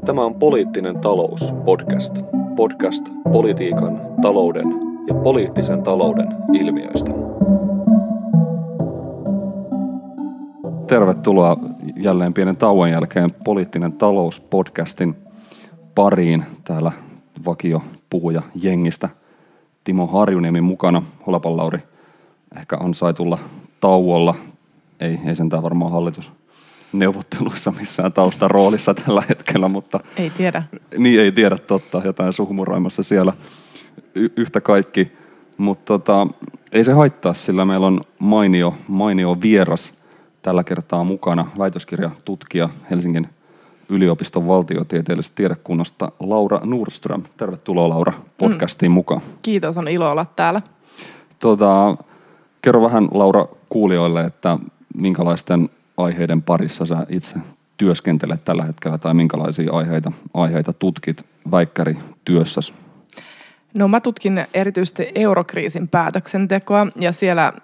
Tämä on Poliittinen talous podcast. Podcast politiikan, talouden ja poliittisen talouden ilmiöistä. Tervetuloa jälleen pienen tauon jälkeen Poliittinen talous podcastin pariin. Täällä vakio puhuja jengistä Timo Harjuniemi mukana. Holapan Lauri ehkä ansaitulla tauolla. Ei sentään varmaan hallitusneuvotteluissa missään taustaroolissa tällä hetkellä, mutta... Ei tiedä. Niin, ei tiedä, totta. Jotain suhmuroimassa siellä yhtä kaikki. Mutta ei se haittaa, sillä meillä on mainio vieras tällä kertaa mukana. Väitöskirjatutkija Helsingin yliopiston valtiotieteellisestä tiedekunnasta Laura Nordström. Tervetuloa Laura podcastiin mukaan. Kiitos, on ilo olla täällä. Kerro vähän Laura kuulijoille, että minkälaisten aiheiden parissa sä itse työskentelet tällä hetkellä tai minkälaisia aiheita tutkit väikkärityössäsi? No mä tutkin erityisesti eurokriisin päätöksentekoa ja siellä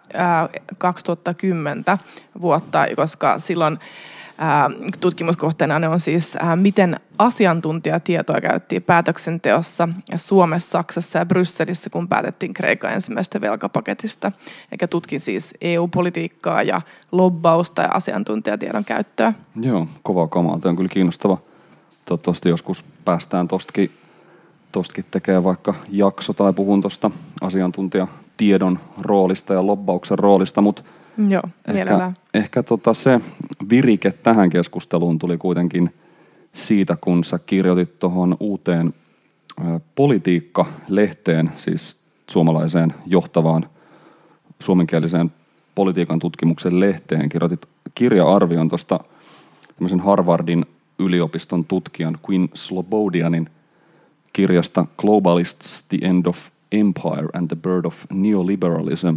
2010 vuotta, koska silloin tutkimuskohteena ne on siis, miten asiantuntijatietoa käytettiin päätöksenteossa Suomessa, Saksassa ja Brysselissä, kun päätettiin Kreikan ensimmäisestä velkapaketista. Eli tutkin siis EU-politiikkaa ja lobbausta ja asiantuntijatiedon käyttöä. Joo, kovaa kamaa. Tämä on kyllä kiinnostava. Toivottavasti joskus päästään tostakin tekemään vaikka jakso tai puhun tuosta asiantuntijatiedon roolista ja lobbauksen roolista, mutta joo, ehkä se virike tähän keskusteluun tuli kuitenkin siitä, kun sä kirjoitit tuohon uuteen Politiikka-lehteen, siis suomalaiseen johtavaan suomenkieliseen politiikan tutkimuksen lehteen, kirjoitit kirja-arvion tuosta tämmöisen Harvardin yliopiston tutkijan Quinn Slobodianin kirjasta Globalists, the End of Empire and the Birth of Neoliberalism.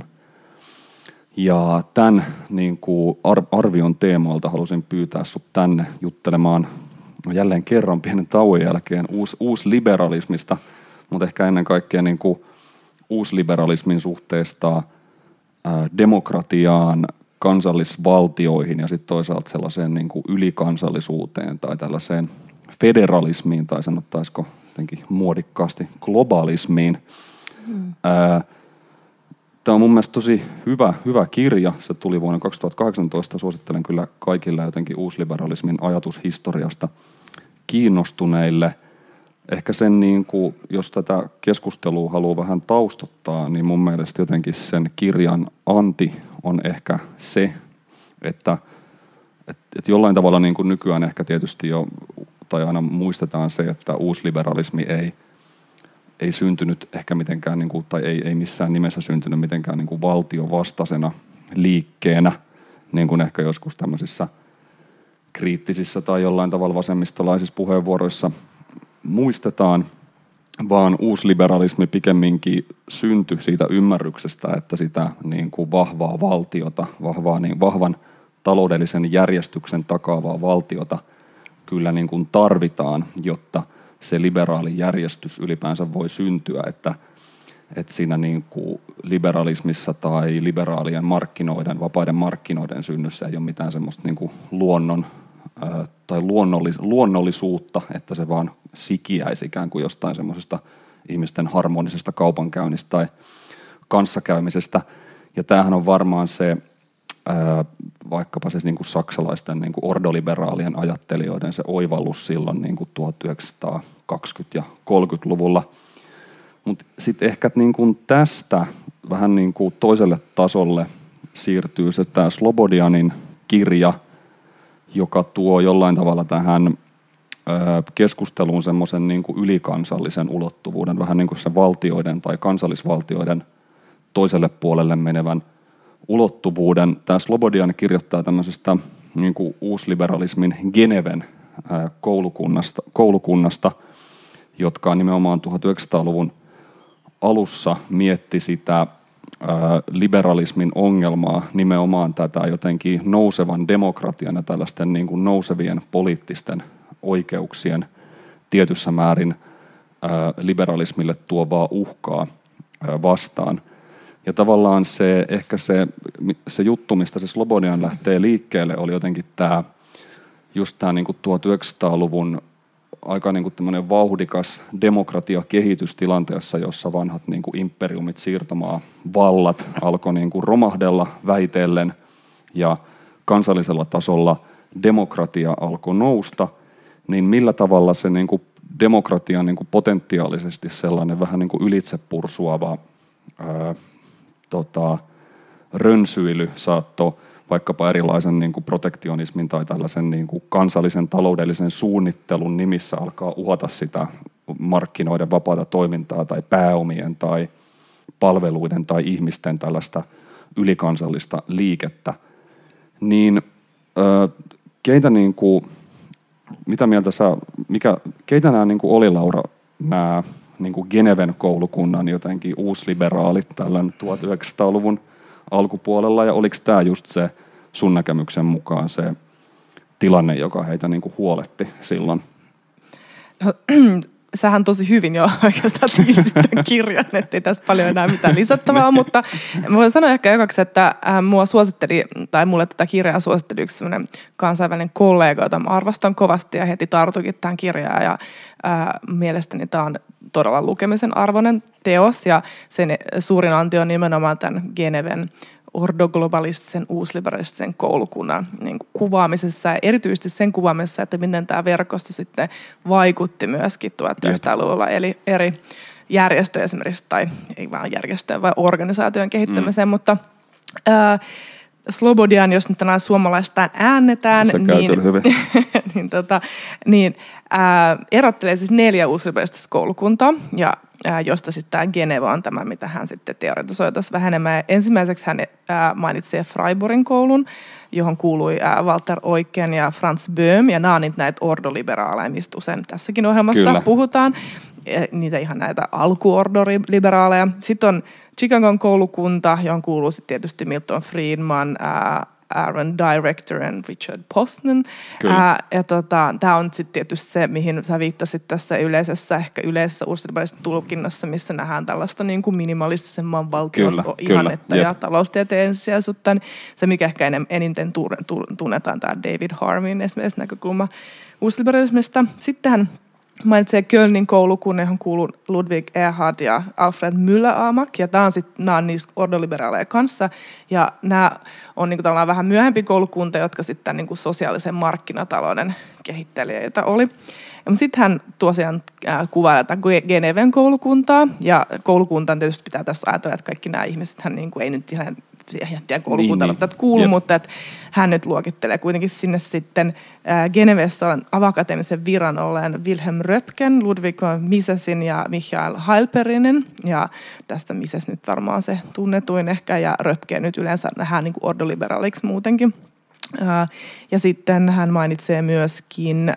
Ja tämän arvion teemoilta halusin pyytää sut tänne juttelemaan jälleen kerran pienen tauon jälkeen uusliberalismista, mutta ehkä ennen kaikkea uusliberalismin suhteesta demokratiaan, kansallisvaltioihin ja sitten toisaalta sellaiseen ylikansallisuuteen tai tällaiseen federalismiin tai sanottaisiko jotenkin muodikkaasti globalismiin. Tämä on mun mielestä tosi hyvä kirja. Se tuli vuonna 2018. Suosittelen kyllä kaikille jotenkin uusliberalismin ajatushistoriasta kiinnostuneille. Ehkä sen, jos tätä keskustelua haluaa vähän taustottaa, niin mun mielestä jotenkin sen kirjan anti on ehkä se, että jollain tavalla nykyään ehkä tietysti jo, tai aina muistetaan se, että uusliberalismi ei syntynyt ehkä mitenkään, tai ei missään nimessä syntynyt mitenkään valtiovastaisena liikkeenä, niin kuin ehkä joskus tämmöisissä kriittisissä tai jollain tavalla vasemmistolaisissa puheenvuoroissa muistetaan, vaan uusliberalismi pikemminkin syntyi siitä ymmärryksestä, että sitä vahvaa valtiota, vahvan taloudellisen järjestyksen takaavaa valtiota kyllä tarvitaan, jotta se liberaali järjestys ylipäänsä voi syntyä, että siinä liberalismissa tai liberaalien markkinoiden, vapaiden markkinoiden synnyssä ei ole mitään semmoista luonnon tai luonnollisuutta, että se vaan sikiäisi ikään kuin jostain semmoisesta ihmisten harmonisesta kaupankäynnistä tai kanssakäymisestä. Ja tämähän on varmaan se vaikkapa se saksalaisten ordoliberaalien ajattelijoiden se oivallus silloin 1920- ja 30-luvulla. Mutta sitten ehkä tästä vähän toiselle tasolle siirtyy se tämä Slobodianin kirja, joka tuo jollain tavalla tähän keskusteluun semmoisen ylikansallisen ulottuvuuden, vähän se valtioiden tai kansallisvaltioiden toiselle puolelle menevän ulottuvuuden. Tämä Slobodian kirjoittaa tämmöisestä uusliberalismin Geneven koulukunnasta, jotka nimenomaan 1900-luvun alussa mietti sitä liberalismin ongelmaa, nimenomaan tätä jotenkin nousevan demokratian ja tällaisten nousevien poliittisten oikeuksien tietyssä määrin liberalismille tuovaa uhkaa vastaan. Ja tavallaan ehkä se juttu, mistä se Slobodian lähtee liikkeelle, oli jotenkin just tämä 1900-luvun aika niin kuin tämmöinen vauhdikas demokratiakehitys tilanteessa, jossa vanhat niin kuin imperiumit, siirtomaa, vallat alkoi niin kuin romahdella vähitellen ja kansallisella tasolla demokratia alkoi nousta, niin millä tavalla se niin kuin demokratia niin kuin potentiaalisesti sellainen vähän niin kuin ylitsepursuava rönsyily saattoi vaikkapa erilaisen niin kuin protektionismin tai tällaisen niin kuin kansallisen taloudellisen suunnittelun nimissä alkaa uhata sitä markkinoiden vapaata toimintaa tai pääomien tai palveluiden tai ihmisten tällaista ylikansallista liikettä, niin keitä niin kuin, mitä mieltä keitä nämä niin kuin oli, Laura, nämä niin kuin Geneven koulukunnan jotenkin uusliberaalit tällä 1900-luvun alkupuolella, ja oliko tämä just se sun näkemyksen mukaan se tilanne, joka heitä niin kuin huoletti silloin? No, sähän tosi hyvin jo oikeastaan tiivisit tämän kirjan, ettei tässä paljon enää mitään lisättävää, mutta mä voin sanoa ehkä ekaksi, että mulle tätä kirjaa suositteli yksi sellainen kansainvälinen kollega, jota mä arvostan kovasti ja heti tartukin tähän kirjaan ja mielestäni tämä on todella lukemisen arvoinen teos ja sen suurin anti on nimenomaan tämän Geneven ordoglobalistisen uusliberalistisen koulukunnan niin kuin kuvaamisessa ja erityisesti sen kuvaamisessa, että miten tämä verkosto sitten vaikutti myöskin 1900-luvulla eli eri järjestöjä esimerkiksi, tai ei vaan järjestöjen, vaan organisaation kehittämiseen, mutta Slobodian, jos nyt tänään suomalaistaan äännetään, niin erottelee siis 4 uusliberalistista koulukuntaa, ja josta sitten tämä Geneva on tämä, mitä hän sitten teoretisoi tässä vähän enemmän. Ensimmäiseksi hän mainitsee Freiburgin koulun, johon kuului Walter Eucken ja Franz Böhm, ja nämä on näitä ordoliberaaleja, mistä usein tässäkin ohjelmassa puhutaan. Niitä ihan näitä alkuordoliberaaleja. Sitten on Chicagon koulukunta, johon kuuluu sitten tietysti Milton Friedman, Aaron Director ja Richard Posner. Tämä on sitten tietysti se, mihin sä viittasit tässä yleisessä uusliberalistisessa tulkinnassa, missä nähdään tällaista niin kuin minimalistisemman valtion ihannetta ja taloustieteen ensisijaisuutta. Se, mikä ehkä eniten tunnetaan, tämä David Harveyn esimerkiksi näkökulma uusliberalismista. Sitten hän mainitsee Kölnin koulukunnan, johon kuuluu Ludwig Erhard ja Alfred Müller-Amack, ja nämä on niistä ordoliberaaleja kanssa, ja nämä on niin kuin tavallaan vähän myöhempi koulukunta, jotka sitten niin kuin sosiaalisen markkinatalouden kehittelijöitä oli. Mutta sitten hän tosiaan kuvailee tätä Geneven koulukuntaa, ja koulukuntaan tietysti pitää tässä ajatella, että kaikki nämä ihmisethän niin kuin ei nyt ihan koulukuntaan kuulu, mutta että hän nyt luokittelee kuitenkin sinne sitten Genevessä olen avakateemisen viran olleen Wilhelm Röpken, Ludwig Misesin ja Michael Heilperinen, ja tästä Mises nyt varmaan se tunnetuin ehkä, ja Röpken nyt yleensä nähdään niin kuin ordoliberaaliksi muutenkin. Ja sitten hän mainitsee myöskin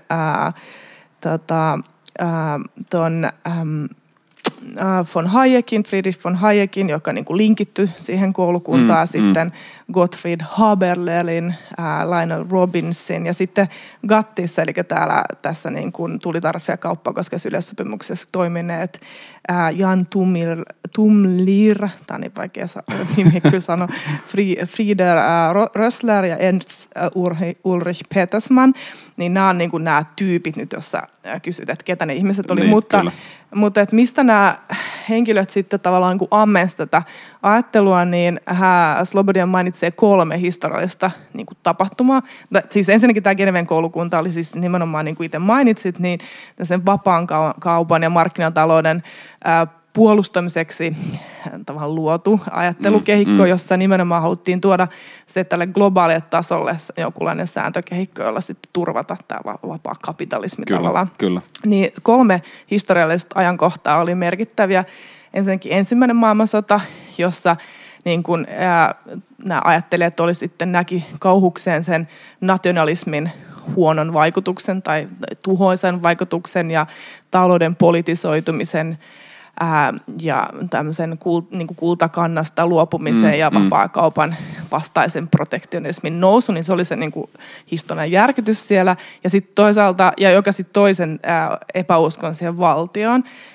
von Hayekin, Friedrich von Hayekin, joka niin kuin linkitty siihen koulukuntaan, sitten Gottfried Haberlelin, Lionel Robinsin ja sitten GATTissa, eli tässä niin kuin tulitariffi- ja kauppa koskevassa yleissopimuksessa toimineet Jan Tumlir, tämä on niin vaikea nimi kyllä sanoa, Frieder Rössler ja Ernst Ulrich Petersmann, niin nämä on niin kuin nämä tyypit nyt, jos sä kysyt, että ketä ne ihmiset oli, niin, mutta että mistä nämä henkilöt sitten tavallaan niin kuin ammensi tätä ajattelua, niin Slobodian mainitsee 3 historiallista niin kuin tapahtumaa. Siis ensinnäkin tämä Geneven koulukunta oli siis nimenomaan, niin kuin itse mainitsit, niin sen vapaan kaupan ja markkinatalouden puolustamiseksi tavallaan luotu ajattelukehikko, jossa nimenomaan haluttiin tuoda se tälle globaalille tasolle jonkunlainen sääntökehikko, jolla sitten turvata tämä vapaa kapitalismi tavallaan. Kyllä. Niin 3 historiallista ajankohtaa oli merkittäviä. Ensinnäkin ensimmäinen maailmansota, jossa niin kun, nämä ajattelijat näki kauhukseen sen nationalismin huonon vaikutuksen tai tuhoisen vaikutuksen ja talouden politisoitumisen ja tämmöisen niin kuin kultakannasta luopumisen ja vapaakaupan vastaisen protektionismin nousu, niin se oli se niin kuin historian järkytys siellä. Ja sitten toisaalta, ja joka sitten toisen epäuskon siihen valtioon.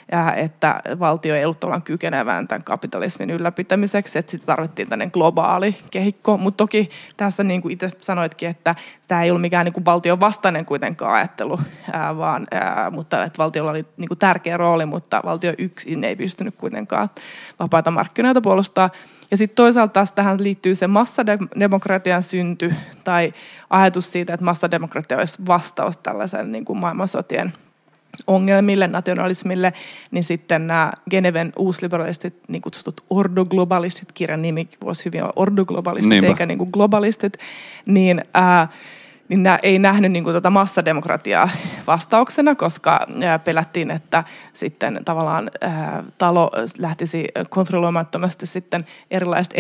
että valtio ei ollut tavallaan kykenevään tämän kapitalismin ylläpitämiseksi, että sitten tarvittiin tämmöinen globaali kehikko, mutta toki tässä niin kuin itse sanoitkin, että tämä ei ollut mikään niin kuin valtion vastainen kuitenkaan ajattelu, mutta että valtiolla oli niin kuin tärkeä rooli, mutta valtio yksin ei pystynyt kuitenkaan vapaita markkinoita puolustaa. Ja sitten toisaalta taas tähän liittyy se massademokratian synty tai ajatus siitä, että massademokratia olisi vastaus tällaisen niin kuin maailmansotien ongelmille, nationalismille, niin sitten nämä Geneven uusliberalistit, niin kutsutut ordoglobalistit, kirjan nimi voisi hyvin olla ordoglobalistit eikä niin kuin globalistit, niin nämä ei nähnyt niin kuin tuota massademokratiaa vastauksena, koska pelättiin, että sitten tavallaan talo lähtisi kontrolloimattomasti sitten erilaiset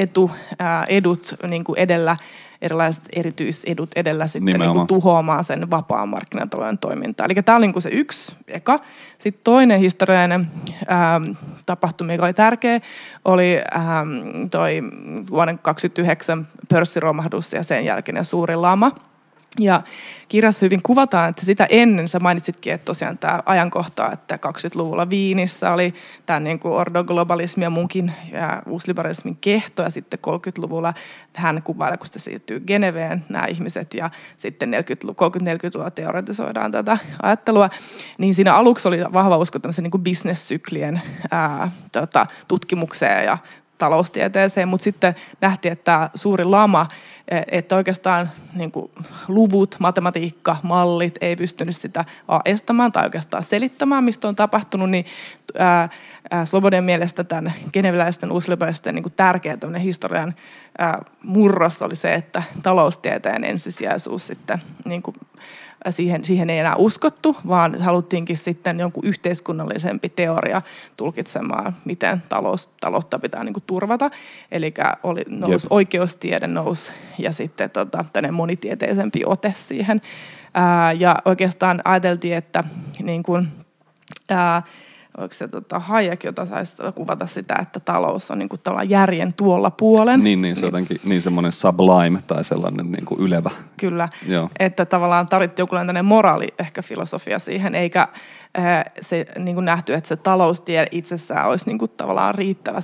edut niin kuin edellä, erilaiset erityisedut edellä sitten niin kuin tuhoamaan sen vapaan markkinatalouden toimintaa. Eli tämä oli niin kuin se yksi eka. Sitten toinen historiallinen tapahtuma, joka oli tärkeä, oli toi vuoden 2029 pörssiromahdus ja sen jälkeinen suuri lama. Ja kirjassa hyvin kuvataan, että sitä ennen, sä mainitsitkin, että tosiaan tämä ajankohta, että 20-luvulla Viinissä oli tämä niin kuin ordoglobalismi ja munkin ja uusliberalismin kehto, ja sitten 30-luvulla hän kuvailee, kun se siirtyy Geneveen, nämä ihmiset, ja sitten 30-40-luvulla teoretisoidaan tätä ajattelua, niin siinä aluksi oli vahva usko tämmöisen niin kuin business-syklien tutkimukseen ja taloustieteeseen, mutta sitten nähtiin, että tämä suuri lama, että oikeastaan niin kuin luvut, matematiikka, mallit ei pystynyt sitä estämään tai oikeastaan selittämään, mistä on tapahtunut, niin Slobodin mielestä tämän geneveläisten uusliberalisten niin kuin tärkeä historian murros oli se, että taloustieteen ensisijaisuus sitten niin kuin siihen ei enää uskottu, vaan haluttiinkin sitten jonkun yhteiskunnallisempi teoria tulkitsemaan, miten taloutta pitää niin kuin turvata. Eli oikeustiede nousi ja sitten tämmöinen monitieteisempi ote siihen. Ja oikeastaan ajateltiin, että niin kuin, oliko se Hayek, jota saisi kuvata sitä, että talous on niin kuin tavallaan järjen tuolla puolen. Niin se jotenkin niin semmoinen sublime tai sellainen niin kuin ylevä. Kyllä, joo. Että tavallaan tarvittiin jokinlainen moraali ehkä filosofia siihen, eikä se niin kuin nähty, että se taloustie itsessään olisi niin kuin tavallaan riittävä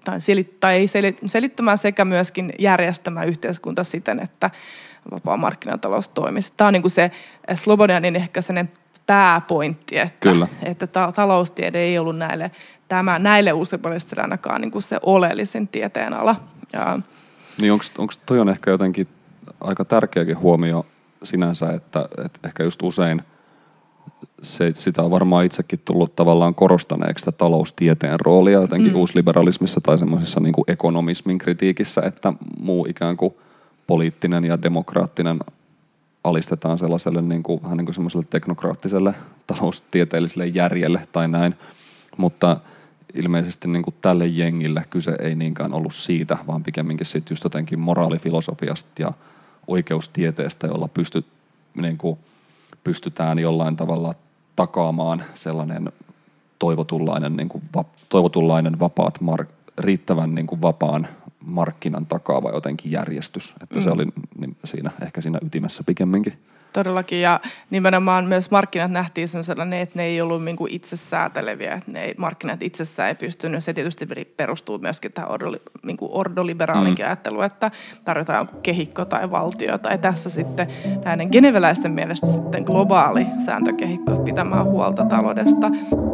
selittämään sekä myöskin järjestämään yhteiskunta siten, että vapaa markkinatalous toimisi. Tämä on niin kuin se Slobodianin ehkä sellainen pääpointti, että taloustiede ei ollut näille uusliberalistisille ainakaan niin kuin se oleellisin tieteenala. Niin onko toi on ehkä jotenkin aika tärkeäkin huomio sinänsä, että ehkä just usein sitä on varmaan itsekin tullut tavallaan korostaneeksi sitä taloustieteen roolia jotenkin uusliberalismissa tai semmoisessa niin kuin ekonomismin kritiikissä, että muu ikään kuin poliittinen ja demokraattinen alistetaan sellaiselle niin kuin, vähän niin kuin semmoiselle teknokraattiselle taloustieteelliselle järjelle tai näin, mutta ilmeisesti niin kuin tälle jengille kyse ei niinkään ollut siitä, vaan pikemminkin siitä just jotenkin moraalifilosofiasta ja oikeustieteestä, jolla pystytään jollain tavalla takaamaan sellainen toivotunlainen riittävän niin kuin vapaan markkinan takaava jotenkin järjestys. Että se oli ehkä siinä ytimessä pikemminkin. Todellakin, ja nimenomaan myös markkinat nähtiin sellainen, että ne ei ollut niin kuin itse sääteleviä, että markkinat itsessään ei pystynyt. Se tietysti perustuu myöskin tähän ordoliberaalinkin ajatteluun, että tarvitaan joku kehikko tai valtio, tai tässä sitten näiden geneveläisten mielestä sitten globaali sääntökehikko pitämään huolta taloudesta.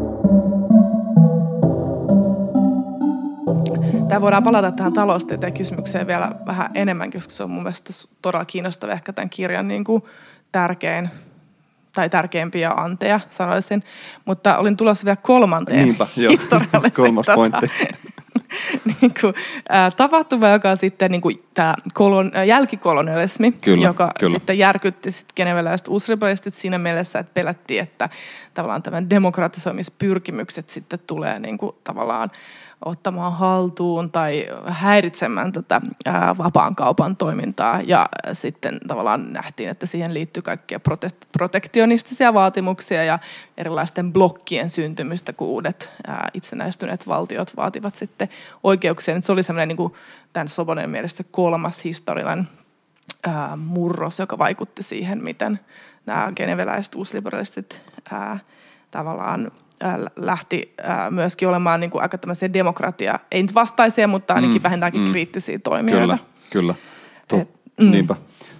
Tämä voidaan palata tähän taloustieteen kysymykseen vielä vähän enemmänkin, koska se on mun mielestä todella kiinnostava ehkä tämän kirjan niin kuin tärkein tai tärkeimpiä anteja, sanoisin. Mutta olin tulossa vielä kolmanteen kolmas pointti. niin kuin, tapahtuma, joka on sitten niin kuin, tämä jälkikolonialismi, joka sitten järkytti sitten geneveläiset uusliberalistit siinä mielessä, että pelättiin, että tavallaan tämän demokratisoimispyrkimykset sitten tulee niin kuin, tavallaan ottamaan haltuun tai häiritsemään tätä vapaan kaupan toimintaa. Ja sitten tavallaan nähtiin, että siihen liittyy kaikkia protektionistisia vaatimuksia ja erilaisten blokkien syntymistä, kun uudet itsenäistyneet valtiot vaativat sitten oikeuksia. Se oli semmoinen niin kuin tämän Slobodin mielestä kolmas historiallinen murros, joka vaikutti siihen, miten nämä geneveläiset uusliberalistit tavallaan lähti myöskin olemaan niin kuin aika tämmöisiä demokratia, ei nyt vastaisia, mutta ainakin vähintäänkin kriittisiä toimijoita. Kyllä. Niinpä.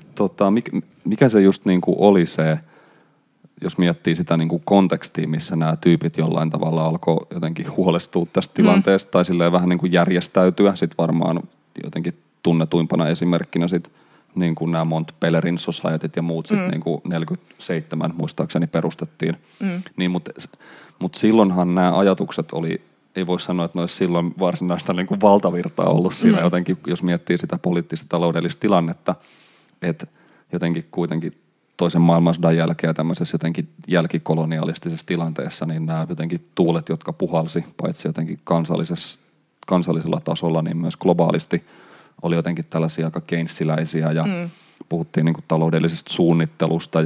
Mikä se just niin kuin oli se, jos miettii sitä niin kuin kontekstia, missä nämä tyypit jollain tavalla alkoi jotenkin huolestua tästä tilanteesta tai silleen vähän niin kuin järjestäytyä, sitten varmaan jotenkin tunnetuimpana esimerkkinä sitten niin kuin nämä Mont Pelerin Societyt ja muut sitten niin kuin 47 muistaakseni perustettiin. Niin, mutta silloinhan nämä ajatukset oli, ei voi sanoa, että ne olisi silloin varsinaista niin kuin valtavirtaa ollut siinä jotenkin, jos miettii sitä poliittista taloudellista tilannetta, että jotenkin kuitenkin toisen maailmansodan jälkeen ja tämmöisessä jotenkin jälkikolonialistisessa tilanteessa, niin nämä jotenkin tuulet, jotka puhalsi paitsi jotenkin kansallisella tasolla, niin myös globaalisti oli jotenkin tällaisia aika keynesiläisiä ja puhuttiin niin kuin taloudellisesta suunnittelusta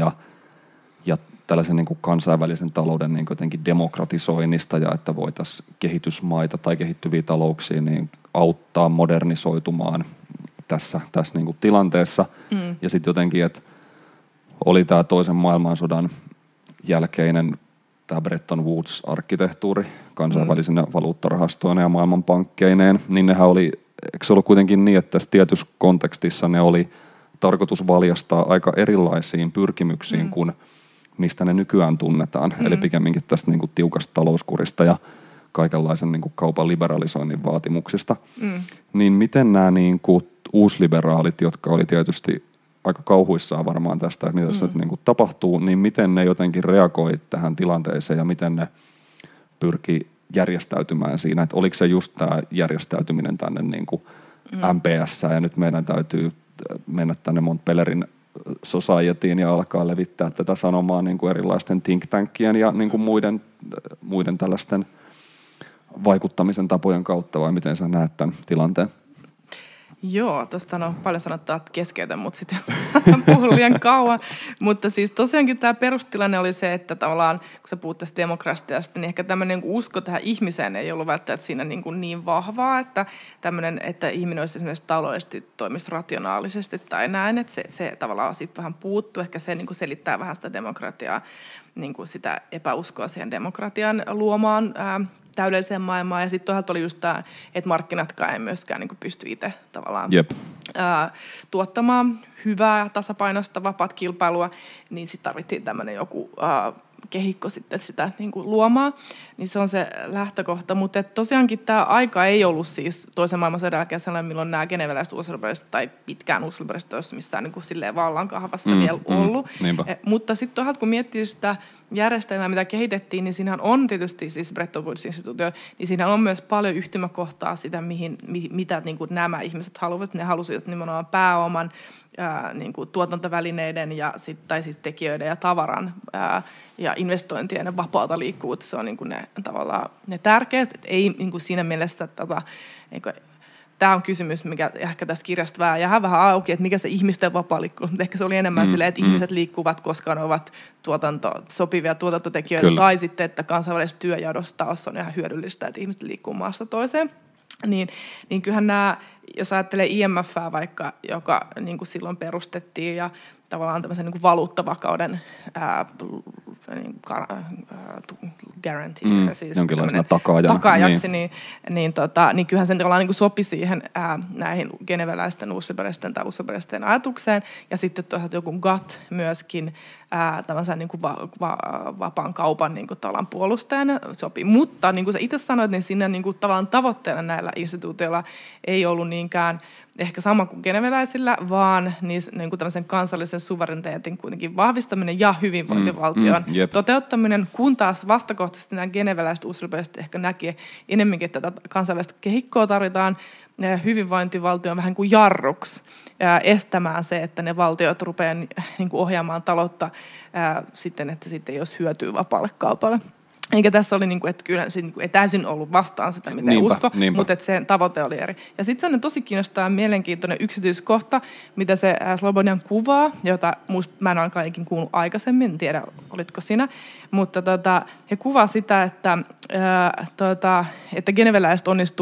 ja tällaisen niin kuin kansainvälisen talouden niin kuin jotenkin demokratisoinnista ja että voitaisiin kehitysmaita tai kehittyviä talouksia niin auttaa modernisoitumaan tässä niin kuin tilanteessa. Ja sitten jotenkin, että oli tämä toisen maailmansodan jälkeinen tämä Bretton Woods-arkkitehtuuri kansainvälisenä valuuttarahastoina ja maailmanpankkeineen, niin nehän oli, eikö se ollut kuitenkin niin, että tässä tietyssä kontekstissa ne oli tarkoitus valjastaa aika erilaisiin pyrkimyksiin kuin mistä ne nykyään tunnetaan. Eli pikemminkin tästä niin kuin tiukasta talouskurista ja kaikenlaisen niin kuin kaupan liberalisoinnin vaatimuksista. Niin miten nämä niin kuin uusliberaalit, jotka oli tietysti aika kauhuissaan varmaan tästä, että mitä tässä nyt niin kuin tapahtuu, niin miten ne jotenkin reagoi tähän tilanteeseen ja miten ne pyrki järjestäytymään siinä, että oliko se just tämä järjestäytyminen tänne niin kuin MPS ja nyt meidän täytyy mennä tänne Mont Pelerin Societyin ja alkaa levittää tätä sanomaa niin kuin erilaisten think tankien ja niin kuin muiden tällaisten vaikuttamisen tapojen kautta, vai miten sä näet tämän tilanteen? Joo, tuosta on paljon sanottua, että keskeytän, mutta sitten puhun liian kauan. Mutta siis tosiaankin tämä perustilanne oli se, että tavallaan, kun sä puhut tästä demokratiasta, niin ehkä tämmöinen niin usko tähän ihmiseen ei ollut välttämättä siinä niin vahvaa, että tämmöinen, että ihminen olisi esimerkiksi taloudellisesti toimisi rationaalisesti tai näin, että se tavallaan siitä vähän puuttuu. Ehkä se niin kuin selittää vähän sitä demokratiaa, niin kuin sitä epäuskoa siihen demokratian luomaan täydelliseen maailmaan. Ja sitten toisaalta oli just tämä, että markkinatkaan ei myöskään niin kuin pysty itse tavallaan tuottamaan hyvää, tasapainoista, vapaat kilpailua, niin sitten tarvittiin tämmöinen joku kehikko sitten sitä niin kuin luomaan. Niin se on se lähtökohta. Mutta tosiaankin tämä aika ei ollut siis toisen maailmansodan jälkeen sellainen, milloin nämä geneveläiset uusliberaliset tai pitkään uusliberaliset olisi missään niin kuin silleen vallankahvassa vielä ollut. Mutta sitten toisaalta kun miettii sitä järjestelmää, mitä kehitettiin, niin siinähän on tietysti siis Bretton Woods-instituutio, niin siinä on myös paljon yhtymäkohtaa sitä, mitä niin kuin nämä ihmiset haluavat. Ne halusivat nimenomaan pääoman, niin kuin tuotantovälineiden tai siis tekijöiden ja tavaran ja investointien ja vapaata liikkuvuutta. Se on niin kuin tavallaan ne tärkeät. Ei niin kuin siinä mielessä, että tämä on kysymys, mikä ehkä tässä kirjasta jää vähän auki, että mikä se ihmisten vapaa liikkuvuus. Ehkä se oli enemmän silleen, että ihmiset liikkuvat, koska ne ovat sopivia tuotantotekijöitä, tai sitten, että kansainvälisestä työjaosta on ihan hyödyllistä, että ihmiset liikkuu maasta toiseen. Niin kyllähän nämä, jos ajattelee IMF:ää vaikka, joka niin kuin silloin perustettiin ja tavallaan tämmöisen niin kuin valuuttavakauden guarantee, siis jonkinlaisena takaajaksi, niin kyllähän sen tavallaan niin kuin sopi siihen näihin geneveläisten uusliberalisten tai uusliberalisten ajatukseen, ja sitten toisaalta joku GATT myöskin tämmöisen niin kuin vapaan kaupan niin kuin tavallaan puolustajana sopii. Mutta niin kuin sä itse sanoit, niin siinä niin kuin tavallaan tavoitteena näillä instituutioilla ei ollut niinkään ehkä sama kuin geneveläisillä, vaan niin kuin tämmöisen kansallisen suvereniteetin kuitenkin vahvistaminen ja hyvinvointivaltion toteuttaminen, kun taas vastakohtaisesti nämä geneveläiset uusliberaliset ehkä näkee enemmänkin, että tätä kansainvälistä kehikkoa tarvitaan hyvinvointivaltion vähän kuin jarruksi estämään se, että ne valtiot rupeaa niin kuin ohjaamaan taloutta sitten, että sitten jos hyötyy vapaalle kaupalle. Eikä tässä oli, että kyllä se ei täysin ollut vastaan sitä, mitä usko, mutta että sen tavoite oli eri. Ja sitten se on tosi kiinnostava mielenkiintoinen yksityiskohta, mitä se Slobodian kuvaa, jota mä en ole kaikin kuullut aikaisemmin, en tiedä, olitko sinä, mutta he kuvaa sitä, että geneveläiset onnistu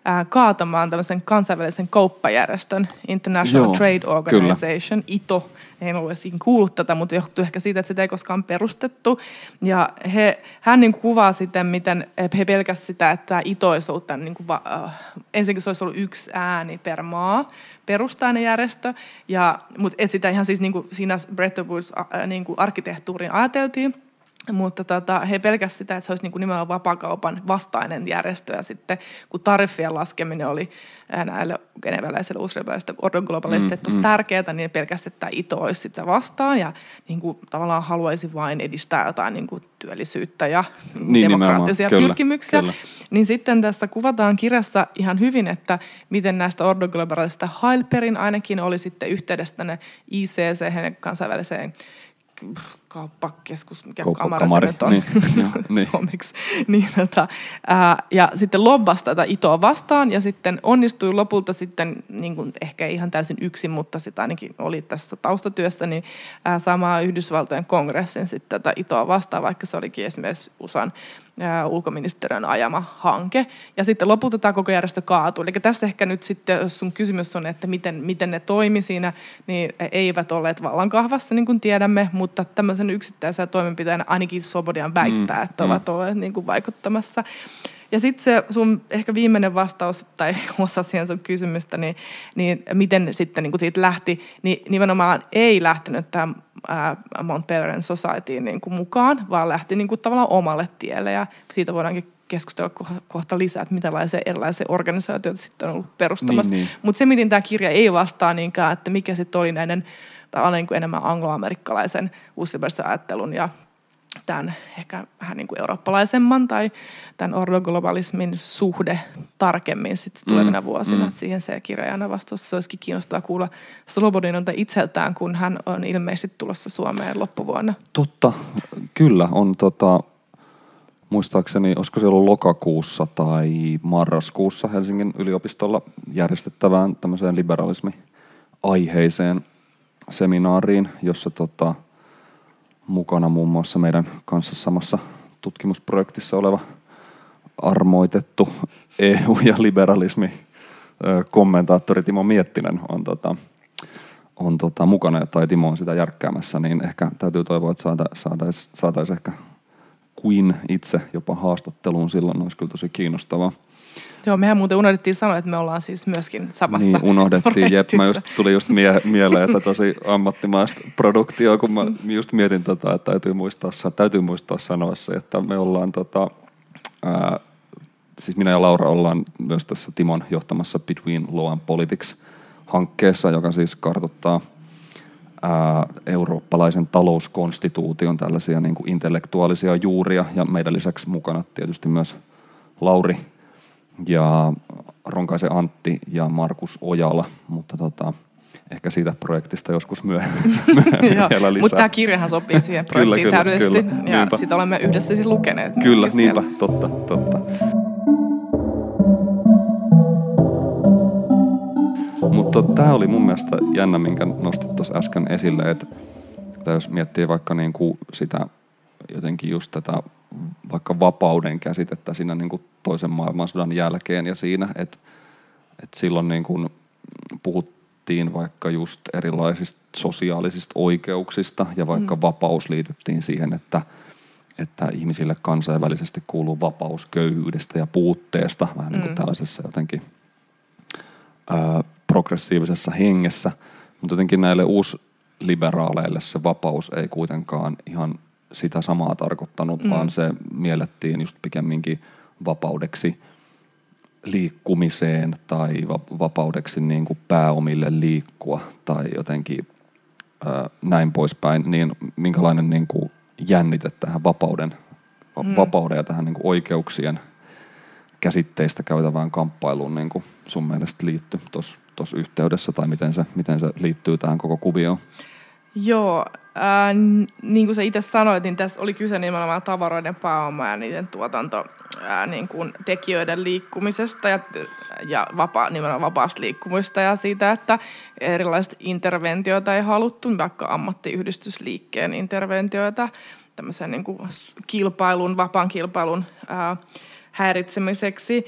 kaatamaan tämmöisen kansainvälisen kauppajärjestön, International Trade Organization, ITO. Ei ole siinä kuullut tätä, mutta johtuu ehkä siitä, että sitä ei koskaan perustettu. Ja hän niin kuin kuvaa sitten, miten he pelkäsivät sitä, että tämä ITO olisi ollut tämän, niin kuin, ensinnäkin se olisi ollut 1 ääni per maa, perustainen järjestö, mutta et sitä ihan siis niin kuin siinä Bretton Woods niin kuin arkkitehtuuriin ajateltiin. Mutta he pelkäsivät sitä, että se olisi niin kuin nimenomaan vapaakaupan vastainen järjestö. Ja sitten kun tariffien laskeminen oli näille geneveläisille uusliberalisille ordoglobalisille tosi tärkeää, niin pelkästään, että ITO olisi sitä vastaan ja niin kuin tavallaan haluaisi vain edistää jotain niin kuin työllisyyttä ja demokraattisia pyrkimyksiä. Kyllä. Niin sitten tästä kuvataan kirjassa ihan hyvin, että miten näistä ordoglobalisista Heilperin ainakin oli sitten yhteydessä tänne ICC, kansainväliseen kauppakeskus, mikä kamari se nyt on niin. Suomeksi. Ja sitten lobbasi tätä ITOa vastaan ja sitten onnistui lopulta sitten, niin kuin ehkä ihan täysin yksin, mutta sitä ainakin oli tässä taustatyössä, niin saamaan Yhdysvaltojen kongressin sitten tätä ITOa vastaan, vaikka se olikin esimerkiksi USAn ulkoministeriön ajama hanke. Ja sitten lopulta tämä koko järjestö kaatui. Eli tästä ehkä nyt sitten, jos sun kysymys on, että miten ne toimi siinä, niin eivät olleet vallankahvassa, niin kuin tiedämme, mutta tämmöisen yksittäisenä toimenpiteenä ainakin Slobodian väittää, että ovat olleet niin kuin vaikuttamassa. Ja sitten se sun ehkä viimeinen vastaus, tai osa siihen sun kysymystä, niin miten sitten niin kuin siitä lähti, niin nimenomaan ei lähtenyt tämä Mount Pelerin Societyin niin kuin mukaan, vaan lähti niin kuin tavallaan omalle tielle, ja siitä voidaankin keskustella kohta lisää, että mitälaisia erilaisia organisaatioita sitten on ollut perustamassa. Niin. Mutta se, miten tämä kirja ei vastaa niinkään, että mikä sitten oli näiden niin kuin enemmän angloamerikkalaisen uusliberalistisen ajattelun ja tämän ehkä vähän niin kuin eurooppalaisemman tai tämän ordoglobalismin suhde tarkemmin sitten tulevina vuosina. Siihen se kirja aina vastaus. Se olisikin kiinnostavaa kuulla Slobodinilta itseltään, kun hän on ilmeisesti tulossa Suomeen loppuvuonna. Totta, kyllä on muistaakseni, olisiko se ollut lokakuussa tai marraskuussa Helsingin yliopistolla järjestettävään tämmöiseen liberalismi-aiheiseen seminaariin, jossa mukana muun muassa meidän kanssa samassa tutkimusprojektissa oleva armoitettu EU- ja liberalismi-kommentaattori Timo Miettinen on mukana, tai Timo on sitä järkkäämässä, niin ehkä täytyy toivoa, että saataisiin ehkä Queen itse jopa haastatteluun silloin, olisi kyllä tosi kiinnostavaa. Joo, mehän muuten unohdettiin sanoa, että me ollaan siis myöskin samassa niin, unohdettiin. Jep, tuli just mieleen, että tosi ammattimaista produktioa, kun mä just mietin, että täytyy muistaa sanoa se, että me ollaan, siis minä ja Laura ollaan myös tässä Timon johtamassa Between Law and Politics-hankkeessa, joka siis kartoittaa eurooppalaisen talouskonstituution tällaisia niin kuin intellektuaalisia juuria, ja meidän lisäksi mukana tietysti myös Lauri ja Ronkaisen Antti ja Markus Ojala, mutta ehkä siitä projektista joskus myöhemmin vielä lisää. Mutta tämä kirjahan sopii siihen projektiin täydellisesti, ja niinpä. Sitä olemme yhdessä siis lukeneet. Kyllä, niinpä, totta. Mutta tämä oli mun mielestä jännä, minkä nostit tuossa äsken esille, että jos miettii vaikka niinku sitä jotenkin just tätä vaikka vapauden käsitettä siinä niin kuin toisen maailmansodan jälkeen ja siinä, että silloin niin kuin puhuttiin vaikka just erilaisista sosiaalisista oikeuksista ja vaikka vapaus liitettiin siihen, että ihmisille kansainvälisesti kuuluu vapaus köyhyydestä ja puutteesta vähän niin kuin tällaisessa jotenkin progressiivisessa hengessä, mutta jotenkin näille uusliberaaleille se vapaus ei kuitenkaan ihan sitä samaa tarkoittanut, vaan se miellettiin just pikemminkin vapaudeksi liikkumiseen tai vapaudeksi niin kuin pääomille liikkua tai jotenkin näin poispäin, niin minkälainen niin kuin jännite tähän vapauden ja tähän niin kuin oikeuksien käsitteistä käytävään kamppailuun niin kuin sun mielestä liittyy tuossa yhteydessä tai miten se liittyy tähän koko kuvioon? Joo, niin kuin sä itse sanoit, niin tässä oli kyse nimenomaan tavaroiden pääoma ja niiden tuotanto niin kuin tekijöiden liikkumisesta ja nimenomaan vapaasta liikkumista ja siitä, että erilaiset interventioita ei haluttu, vaikka ammattiyhdistysliikkeen interventioita, tämmöisen niin kuin vapaan kilpailun häiritsemiseksi.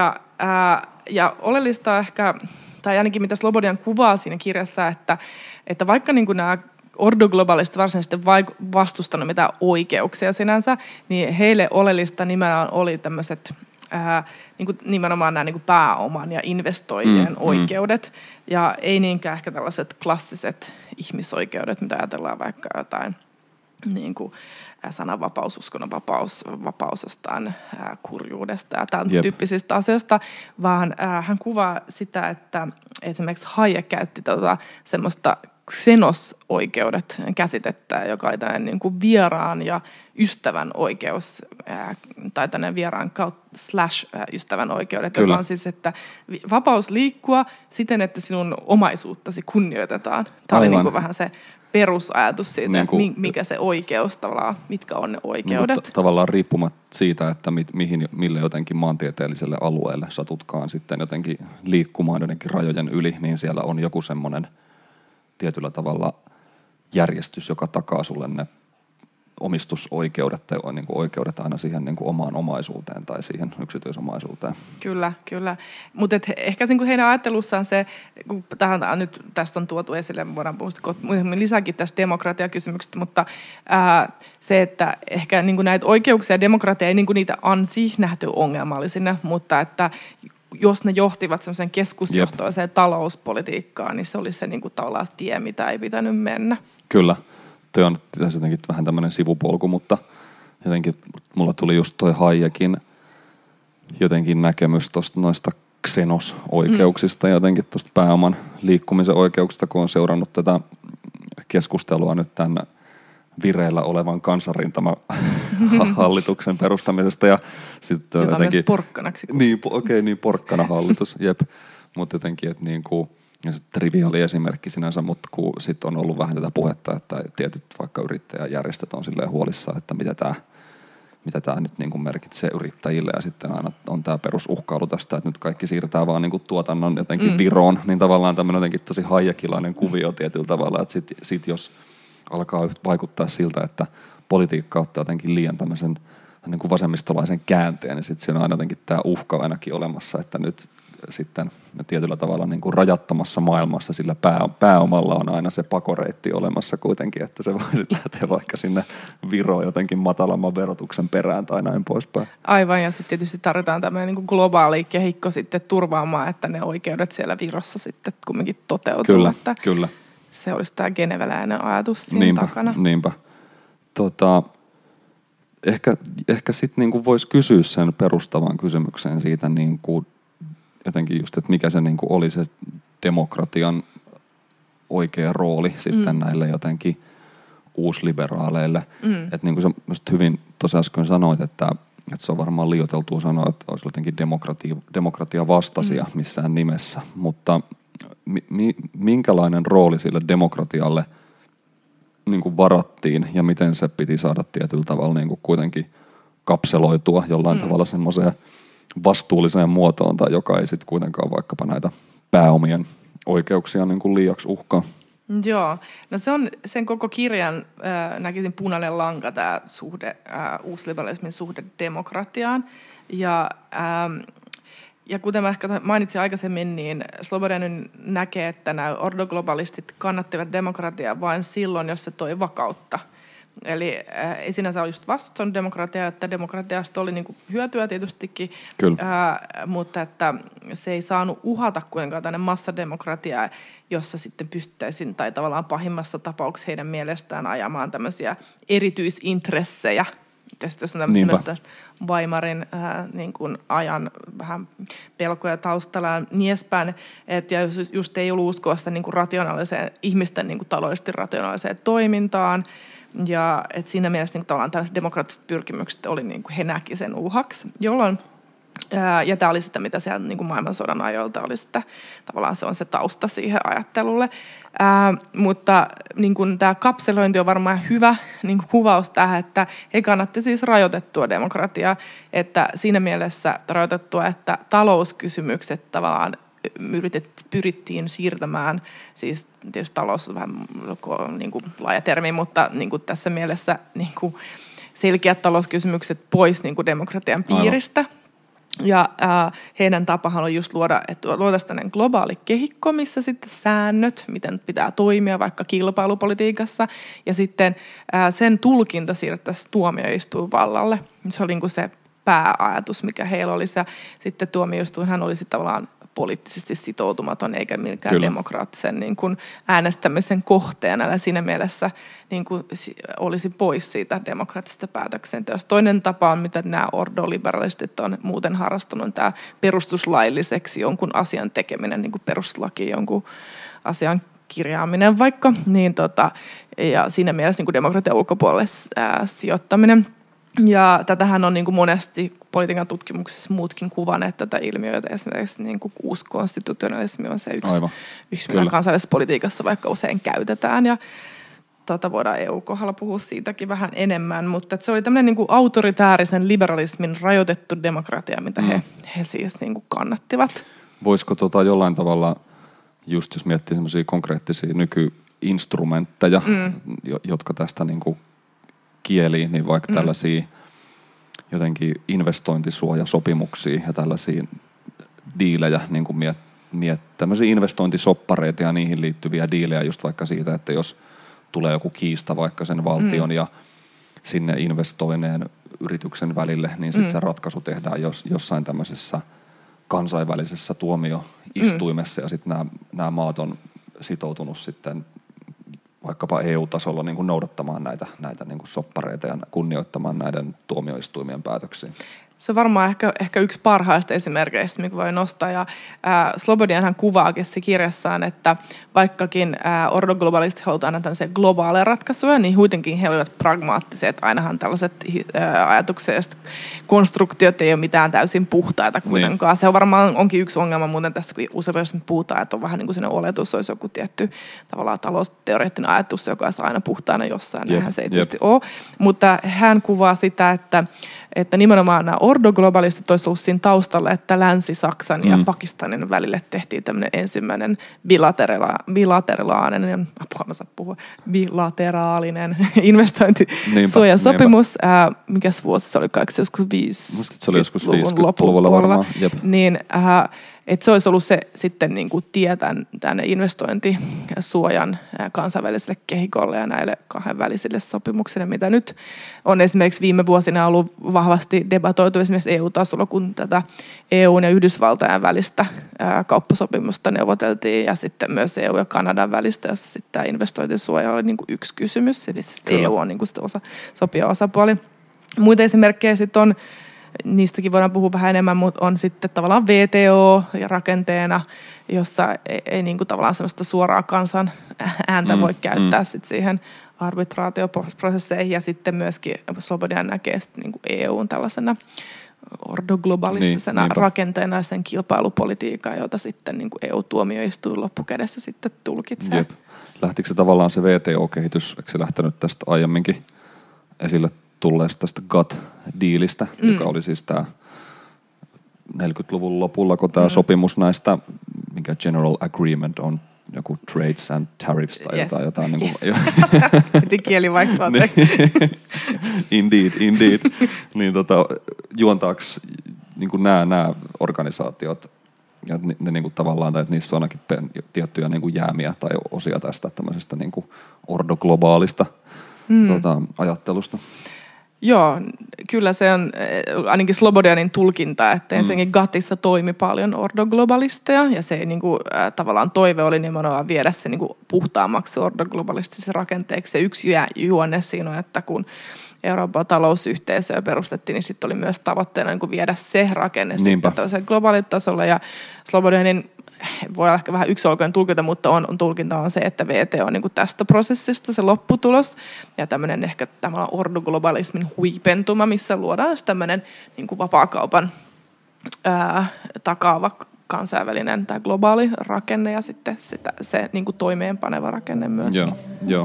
Ja oleellista ehkä, tai ainakin mitä Slobodian kuvaa siinä kirjassa, että vaikka niin kuin nämä ordoglobalistit varsinaisesti vastustanut mitään oikeuksia sinänsä, niin heille oleellista nimenomaan oli tämmöiset niin kuin nimenomaan nämä niin kuin pääoman ja investoijien oikeudet, ja ei niinkään ehkä tällaiset klassiset ihmisoikeudet, mitä ajatellaan vaikka jotain niin kuin sananvapaus, uskonnonvapaus, vapaus jostain kurjuudesta ja tämän tyyppisistä asioista, vaan hän kuvaa sitä, että esimerkiksi Hayek käytti semmoista xenos-oikeudet käsitettä, joka oli tämmöinen niin kuin vieraan ja ystävän oikeus, tai tämmöinen vieraan /ystävän oikeudet, joka on siis, että vapaus liikkua siten, että sinun omaisuuttasi kunnioitetaan. Tämä oli niin kuin vähän se perusajatus siitä, niin kuin, mikä se oikeus tavallaan, mitkä on ne oikeudet. Niin tavallaan riippumatta siitä, että mille jotenkin maantieteelliselle alueelle satutkaan sitten jotenkin liikkumaan jotenkin rajojen yli, niin siellä on joku semmoinen tietyllä tavalla järjestys, joka takaa sulle ne omistusoikeudet tai niin kuin oikeudet aina siihen niin kuin omaan omaisuuteen tai siihen yksityisomaisuuteen. Kyllä, kyllä. Mutta ehkä heidän ajattelussaan se, kun tästä on tuotu esille, voidaan puhua lisääkin tästä demokratiakysymyksestä, mutta se, että ehkä niin kuin näitä oikeuksia ja demokratia ei niin kuin niitä ansi nähty ongelmallisina, mutta että jos ne johtivat semmoisen keskusjohtoiseen talouspolitiikkaan, niin se oli se niin kuin tavallaan tie, mitä ei pitänyt mennä. Kyllä. Toi on jotenkin vähän tämmöinen sivupolku, mutta jotenkin mulla tuli just toi Hayekin jotenkin näkemys noista xenos-oikeuksista ja jotenkin tuosta pääoman liikkumisen oikeuksista, kun on seurannut tätä keskustelua nyt tämän vireillä olevan kansanrintama-hallituksen perustamisesta. Ja sitten jota jotenkin, myös porkkanaksi kutsuttiin. Niin porkkana-hallitus, jep. Mutta jotenkin, että niin kuin, ja triviaali esimerkki sinänsä, mutta kun sitten on ollut vähän tätä puhetta, että tietyt vaikka yrittäjäjärjestöt on silleen huolissaan, että mitä tämä nyt niin kuin merkitsee yrittäjille, ja sitten aina on tämä perusuhkailu tästä, että nyt kaikki siirtää vaan niin kuin tuotannon jotenkin Viroon, niin tavallaan tämmöinen jotenkin tosi hayekilainen kuvio tietyllä tavalla, että sit jos alkaa vaikuttaa siltä, että politiikka ottaa jotenkin liian tämmöisen niin kuin vasemmistolaisen käänteen, niin sitten siinä on aina jotenkin tämä uhka ainakin olemassa, että nyt sitten tietyllä tavalla niin kuin rajattomassa maailmassa sillä pääomalla on aina se pakoreitti olemassa kuitenkin, että se voi sitten lähteä vaikka sinne Viroon jotenkin matalamman verotuksen perään tai näin poispäin. Aivan, ja sitten tietysti tarvitaan tämmöinen niin kuin globaali kehikko sitten turvaamaan, että ne oikeudet siellä Virossa sitten kumminkin toteutuu. Kyllä, että kyllä. Se olisi tämä geneveläinen ajatus siinä takana. Niinpä. Ehkä sitten niinku voisi kysyä sen perustavan kysymyksen siitä niinku jotenkin just, että mikä se niinku oli se demokratian oikea rooli sitten näille jotenkin uusliberaaleille. Että niin kuin sä hyvin tuossa äsken sanoit, että se on varmaan liioiteltua sanoa, että olisi jotenkin demokratia vastaisia missään nimessä, mutta minkälainen rooli sille demokratialle niin kuin varattiin ja miten se piti saada tietyllä tavalla niin kuin kuitenkin kapseloitua jollain tavalla semmoiseen vastuulliseen muotoon, tai joka ei sitten kuitenkaan vaikkapa näitä pääomien oikeuksia niin kuin liiaksi uhkaa. Joo, no se on sen koko kirjan näkisin punainen lanka, tämä suhde, uusliberalismin suhde demokratiaan. Ja kuten mä ehkä mainitsin aikaisemmin, niin Slobodian näkee, että nämä ordoglobalistit kannattivat demokratiaa vain silloin, jos se toi vakautta. Eli ei sinänsä ole just vastustanut demokratiaa, että demokratiasta oli niinku hyötyä tietystikin, mutta että se ei saanut uhata kuinkaan tänne massademokratiaa, jossa sitten pystyttäisiin tai tavallaan pahimmassa tapauksessa heidän mielestään ajamaan tämmöisiä erityisintressejä. Tässä on tämmöistä Weimarin niin kuin ajan vähän pelkoja taustalla ja niin edespäin. Ja just ei ollut uskoa sitä niin kuin rationaaliseen, ihmisten niin kuin taloudellisesti rationaaliseen toimintaan. Ja et siinä mielessä niin tavallaan tällaiset demokraattiset pyrkimykset oli niin kuin he näki sen uhaksi, jolloin ja tämä oli sitä, mitä siellä niin kuin maailmansodan ajoilta oli sitä, tavallaan se on se tausta siihen ajattelulle. Mutta niin kuin tämä kapselointi on varmaan hyvä niin kuin kuvaus tähän, että he kannatti siis rajoitettua demokratiaa, että siinä mielessä rajoitettua, että talouskysymykset tavallaan pyrittiin siirtämään, siis tietysti talous on vähän niin kuin laaja termi, mutta niin kuin tässä mielessä niin kuin selkeät talouskysymykset pois niin kuin demokratian piiristä. Ja heidän tapahan on just luoda, että luotaisiin tämmöinen globaali kehikko, missä sitten säännöt, miten pitää toimia vaikka kilpailupolitiikassa, ja sitten sen tulkinta siirrettäisiin tuomioistuinvallalle. Se oli niin kuin se pääajatus, mikä heillä olisi. Ja sitten tuomioistuinhan olisi tavallaan poliittisesti sitoutumaton eikä milkään demokraattisen niin kuin äänestämisen kohteena. Ja siinä mielessä niin kuin olisi pois siitä demokraattisesta päätöksenteosta. Toinen tapa on, mitä nämä ordoliberalistit on muuten harrastanut, tämä perustuslailliseksi jonkun asian tekeminen, niin kuin perustuslaki jonkun asian kirjaaminen vaikka. Niin ja siinä mielessä niin kuin demokratian ulkopuolelle sijoittaminen. Ja tätähän on niin kuin monesti politiikan tutkimuksessa muutkin kuvanneet tätä ilmiötä. Esimerkiksi niin kuin uusi konstitutionalismi on se yksi mitä kansainvälisessä politiikassa vaikka usein käytetään. Ja voidaan EU-kohdalla puhua siitäkin vähän enemmän. Mutta se oli tämmöinen niin kuin autoritäärisen liberalismin rajoitettu demokratia, mitä he siis niin kuin kannattivat. Voisiko jollain tavalla, just jos miettii semmoisia konkreettisia nykyinstrumentteja, jotka tästä niin kuin kieliin, niin vaikka tällaisia jotenkin investointisuojasopimuksia ja tällaisia diilejä, niin kuin tämmöisiä investointisoppareita ja niihin liittyviä diilejä just vaikka siitä, että jos tulee joku kiista vaikka sen valtion ja sinne investoineen yrityksen välille, niin sitten se ratkaisu tehdään jossain tämmöisessä kansainvälisessä tuomioistuimessa ja sitten nämä maat on sitoutunut sitten vaikkapa EU-tasolla niin kuin noudattamaan näitä niin kuin soppareita ja kunnioittamaan näiden tuomioistuimien päätöksiä. Se on varmaan ehkä yksi parhaista esimerkkeistä, mikä voi nostaa. Ja Slobodianhan kuvaakin se kirjassaan, että vaikkakin ordoglobalistit halutaan aina tämmöisiä globaaleja ratkaisuja, niin kuitenkin he olivat pragmaattisia, että ainahan tällaiset ajatukset, konstruktiot ei ole mitään täysin puhtaita kuitenkaan. Niin. Se on varmaan onkin yksi ongelma muuten tässä, kun usein puhutaan, että on vähän niin kuin sellainen oletus, olisi joku tietty tavallaan talousteoreettinen ajatus, joka olisi aina puhtaana jossain. Näinhän se ei tietysti ole. Mutta hän kuvaa sitä, että nimenomaan nämä ordoglobalistit olisivat ollut siinä taustalla, että Länsi-Saksan ja Pakistanin välille tehtiin tämmöinen ensimmäinen bilateraalinen investointisuojasopimus. Mikäs vuosi se oli kaikki? Joskus 50-luvun loppupuolella. Niin, että se olisi ollut se sitten niin kuin tie tänne investointisuojan kansainväliselle kehikolle ja näille kahdenvälisille sopimuksille, mitä nyt on esimerkiksi viime vuosina ollut vahvasti debatoitu esimerkiksi EU-tasolla, kun tätä EUn ja Yhdysvaltain välistä kauppasopimusta neuvoteltiin ja sitten myös EU ja Kanadan välistä, jossa sitten tämä investointisuoja oli niin kuin yksi kysymys, ja EU on niin kuin sopia osapuoli. Muita esimerkkejä sitten on, niistäkin voidaan puhua vähän enemmän, mutta on sitten tavallaan VTO ja rakenteena, jossa ei niin kuin tavallaan sellaista suoraa kansan ääntä voi käyttää sit siihen arbitraatioprosesseihin, ja sitten myöskin Slobodian näkee niin kuin EUn tällaisena ordoglobalistisena rakenteena ja sen kilpailupolitiikan, jota sitten niin kuin EU-tuomioistuin loppukädessä sitten tulkitsee. Jep. Lähtikö se tavallaan se VTO-kehitys, eikö se lähtenyt tästä aiemminkin esille tulleesta tästä GATT-diilistä, joka oli siis tämä 40-luvun lopulla, kun tämä sopimus näistä, mikä General Agreement on, joku Trades and Tariffs tai jotain. Yes. Piti kieli vaihtua. Indeed. Niin juontaako niin nämä organisaatiot, ja ne niin kuin tavallaan, että niissä on ainakin tiettyjä niin kuin jäämiä tai osia tästä tämmöisestä niin kuin ordoglobaalista ajattelusta? Joo, kyllä se on ainakin Slobodianin tulkinta, että ensinnäkin GATTissa toimi paljon ordoglobalisteja, ja se niin kuin, tavallaan toive oli nimenomaan viedä se niin kuin puhtaammaksi ordoglobalistisessa rakenteeksi. Se yksi juonne siinä on, että kun Euroopan talousyhteisöä perustettiin, niin sitten oli myös tavoitteena niin kuin viedä se rakenne sitten globaalitasolla, ja Slobodianin voi olla ehkä vähän yksioikoinen tulkinta, mutta tulkinta on se, että VTO on niin kuin tästä prosessista se lopputulos ja tämmöinen ehkä tämä ordoglobalismin huipentuma, missä luodaan tämmöinen niin kuin vapaakaupan takaava kansainvälinen tai globaali rakenne ja sitten se niin kuin toimeenpaneva rakenne myöskin. Joo.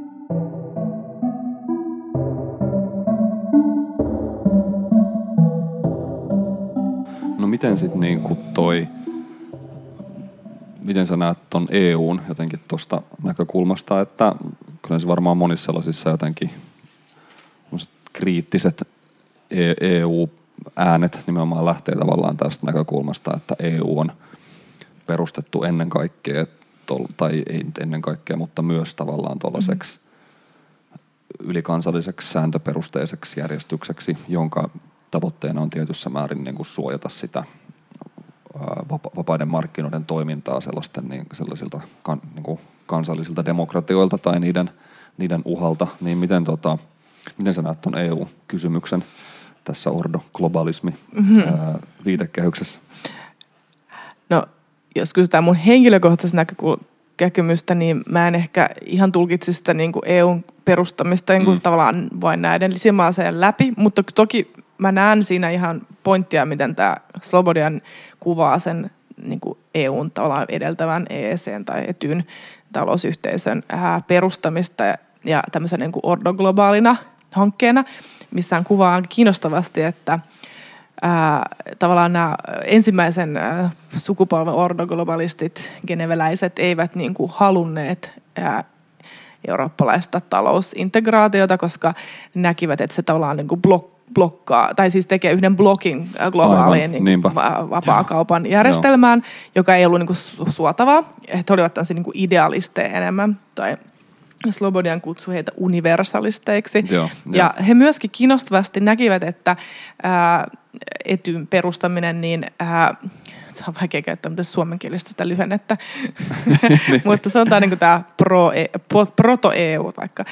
No miten sitten niinku miten sä näet ton EUn jotenkin tuosta näkökulmasta, että kyllä se varmaan monissa sellaisissa jotenkin kriittiset EU äänet nimenomaan lähtee tavallaan tästä näkökulmasta, että EU on perustettu ennen kaikkea, tai ei ennen kaikkea, mutta myös tavallaan tuollaiseksi ylikansalliseksi sääntöperusteiseksi järjestykseksi, jonka tavoitteena on tietyssä määrin niin kuin suojata sitä vapaiden markkinoiden toimintaa sellaisilta niin kuin kansallisilta demokratioilta tai niiden uhalta. Niin miten sä näet tuon EU-kysymyksen tässä ordo-globalismi viitekehyksessä? No, jos kysytään mun henkilökohtaisesta näkömystä, niin mä en ehkä ihan tulkitsisi sitä niin kuin EUn perustamista niin kuin tavallaan vain näiden lisämaaseen läpi, mutta toki mä näen siinä ihan pointtia, miten tämä Slobodian kuvaa sen niin kuin EUn tavallaan edeltävän EEC:n tai Etyn talousyhteisön perustamista ja tämmöisen niin kuin ordoglobaalina hankkeena, missä hän kuvaa kiinnostavasti, että tavallaan nämä ensimmäisen sukupolven ordoglobalistit, geneveläiset, eivät niin kuin halunneet eurooppalaista talousintegraatiota, koska näkivät, että se tavallaan niin kuin blokkaa, tai siis tekee yhden blokin globaaliin niin vapaakaupan järjestelmään, joka ei ollut niin kuin suotavaa. He olivat tämmöisiä niin kuin idealisteja enemmän, tai Slobodian kutsui heitä universalisteiksi. Ja he myöskin kiinnostavasti näkivät, että Etyn perustaminen, niin se on vaikea käyttää mitään suomenkielistä sitä lyhennettä, mutta sanotaan niin kuin tämä proto-EU vaikka,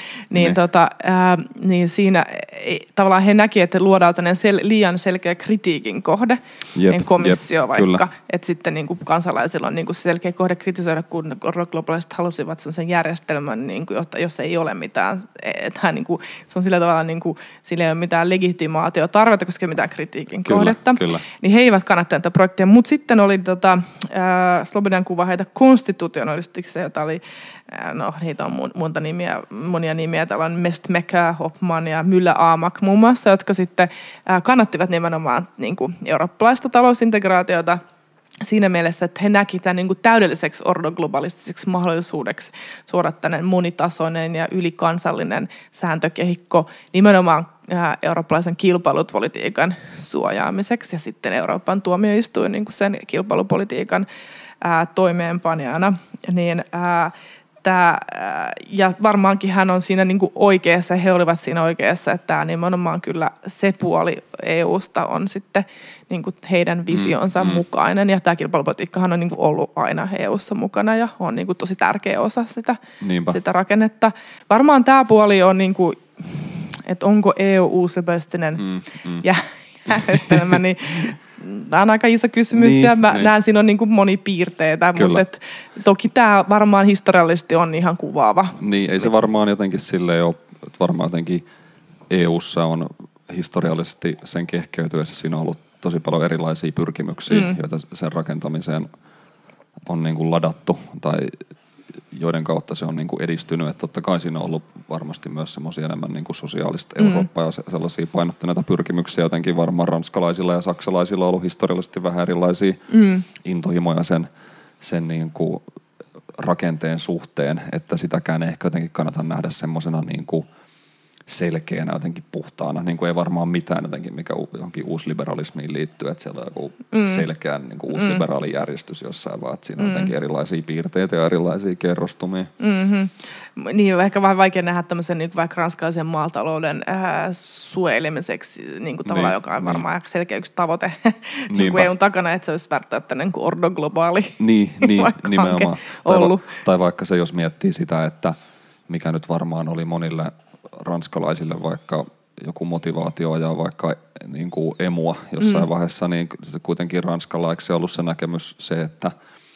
niin siinä tavallaan he näki, että luodaan liian selkeä kritiikin kohde, komissio vaikka, että sitten niin kuin kansalaisilla on niin kuin selkeä kohde kritisoida, kun globaliset halusivat sellaisen järjestelmän, niin kuin, jossa ei ole mitään, että niin kuin, se on sillä tavalla, niin kuin, sillä ei ole mitään legitimaatiotarvetta, koska ei ole mitään kritiikin kohdetta, niin he eivät kannattaneet tätä projektia, mutta sitten oli Slobodian kuva heitä konstitutionalistiksi, jota oli, no niitä on monia nimiä, täällä on Mestmäkä, Hoffman ja Müller-Aamak muun muassa, jotka sitten kannattivat nimenomaan niin kuin eurooppalaista talousintegraatiota siinä mielessä, että he näki tämän niin kuin täydelliseksi ordoglobalistiseksi mahdollisuudeksi suoda tänne monitasoinen ja ylikansallinen sääntökehikko nimenomaan eurooppalaisen kilpailupolitiikan suojaamiseksi ja sitten Euroopan tuomioistuin niin kuin sen kilpailupolitiikan toimeenpanijana. Niin, ja varmaankin hän on siinä niin kuin oikeassa, he olivat siinä oikeassa, että tämä nimenomaan kyllä se puoli EUsta on sitten niin kuin heidän visionsa mukainen. Ja tämä kilpailupolitiikkahan on niin kuin ollut aina EUssa mukana ja on niin kuin tosi tärkeä osa sitä rakennetta. Varmaan tämä puoli on, niin kuin, että onko EU uusliberalistinen järjestelmä, niin tämä on aika iso kysymys ja mä näen siinä on niin kuin monipiirteitä, mutta toki tämä varmaan historiallisesti on ihan kuvaava. Niin, ei se varmaan jotenkin silleen ole, että varmaan jotenkin EUssa on historiallisesti sen kehkeytyessä siinä on ollut tosi paljon erilaisia pyrkimyksiä, joita sen rakentamiseen on niin kuin ladattu tai joiden kautta se on niin kuin edistynyt. Että totta kai siinä on ollut varmasti myös semmoisia enemmän niin kuin sosiaalista Eurooppaa ja sellaisia painottuneita pyrkimyksiä. Jotenkin varmaan ranskalaisilla ja saksalaisilla on ollut historiallisesti vähän erilaisia intohimoja sen niin kuin rakenteen suhteen, että sitäkään ei ehkä jotenkin kannata nähdä semmoisena niin kuin selkeänä, jotenkin puhtaana, niin kuin ei varmaan mitään jotenkin, mikä johonkin uusliberalismiin liittyy, että siellä on joku selkeä niin kuin uusliberaali järjestys jossain, vaan että siinä on jotenkin erilaisia piirteitä ja erilaisia kerrostumia. Niin, on ehkä vähän vaikea nähdä tämmöisen niin vaikka ranskalaisen maatalouden suojelemiseksi, niin kuin tavallaan, joka on varmaan selkeä yksi tavoite niin kuin EUn takana, että se olisi välttämättä niin kuin ordoglobaali nimenomaan. Tai vaikka se, jos miettii sitä, että mikä nyt varmaan oli monille ranskalaisille vaikka joku motivaatio ja vaikka niin kuin emua jossain vaiheessa, niin se kuitenkin ranskalaiksi on ollut se näkemys se, että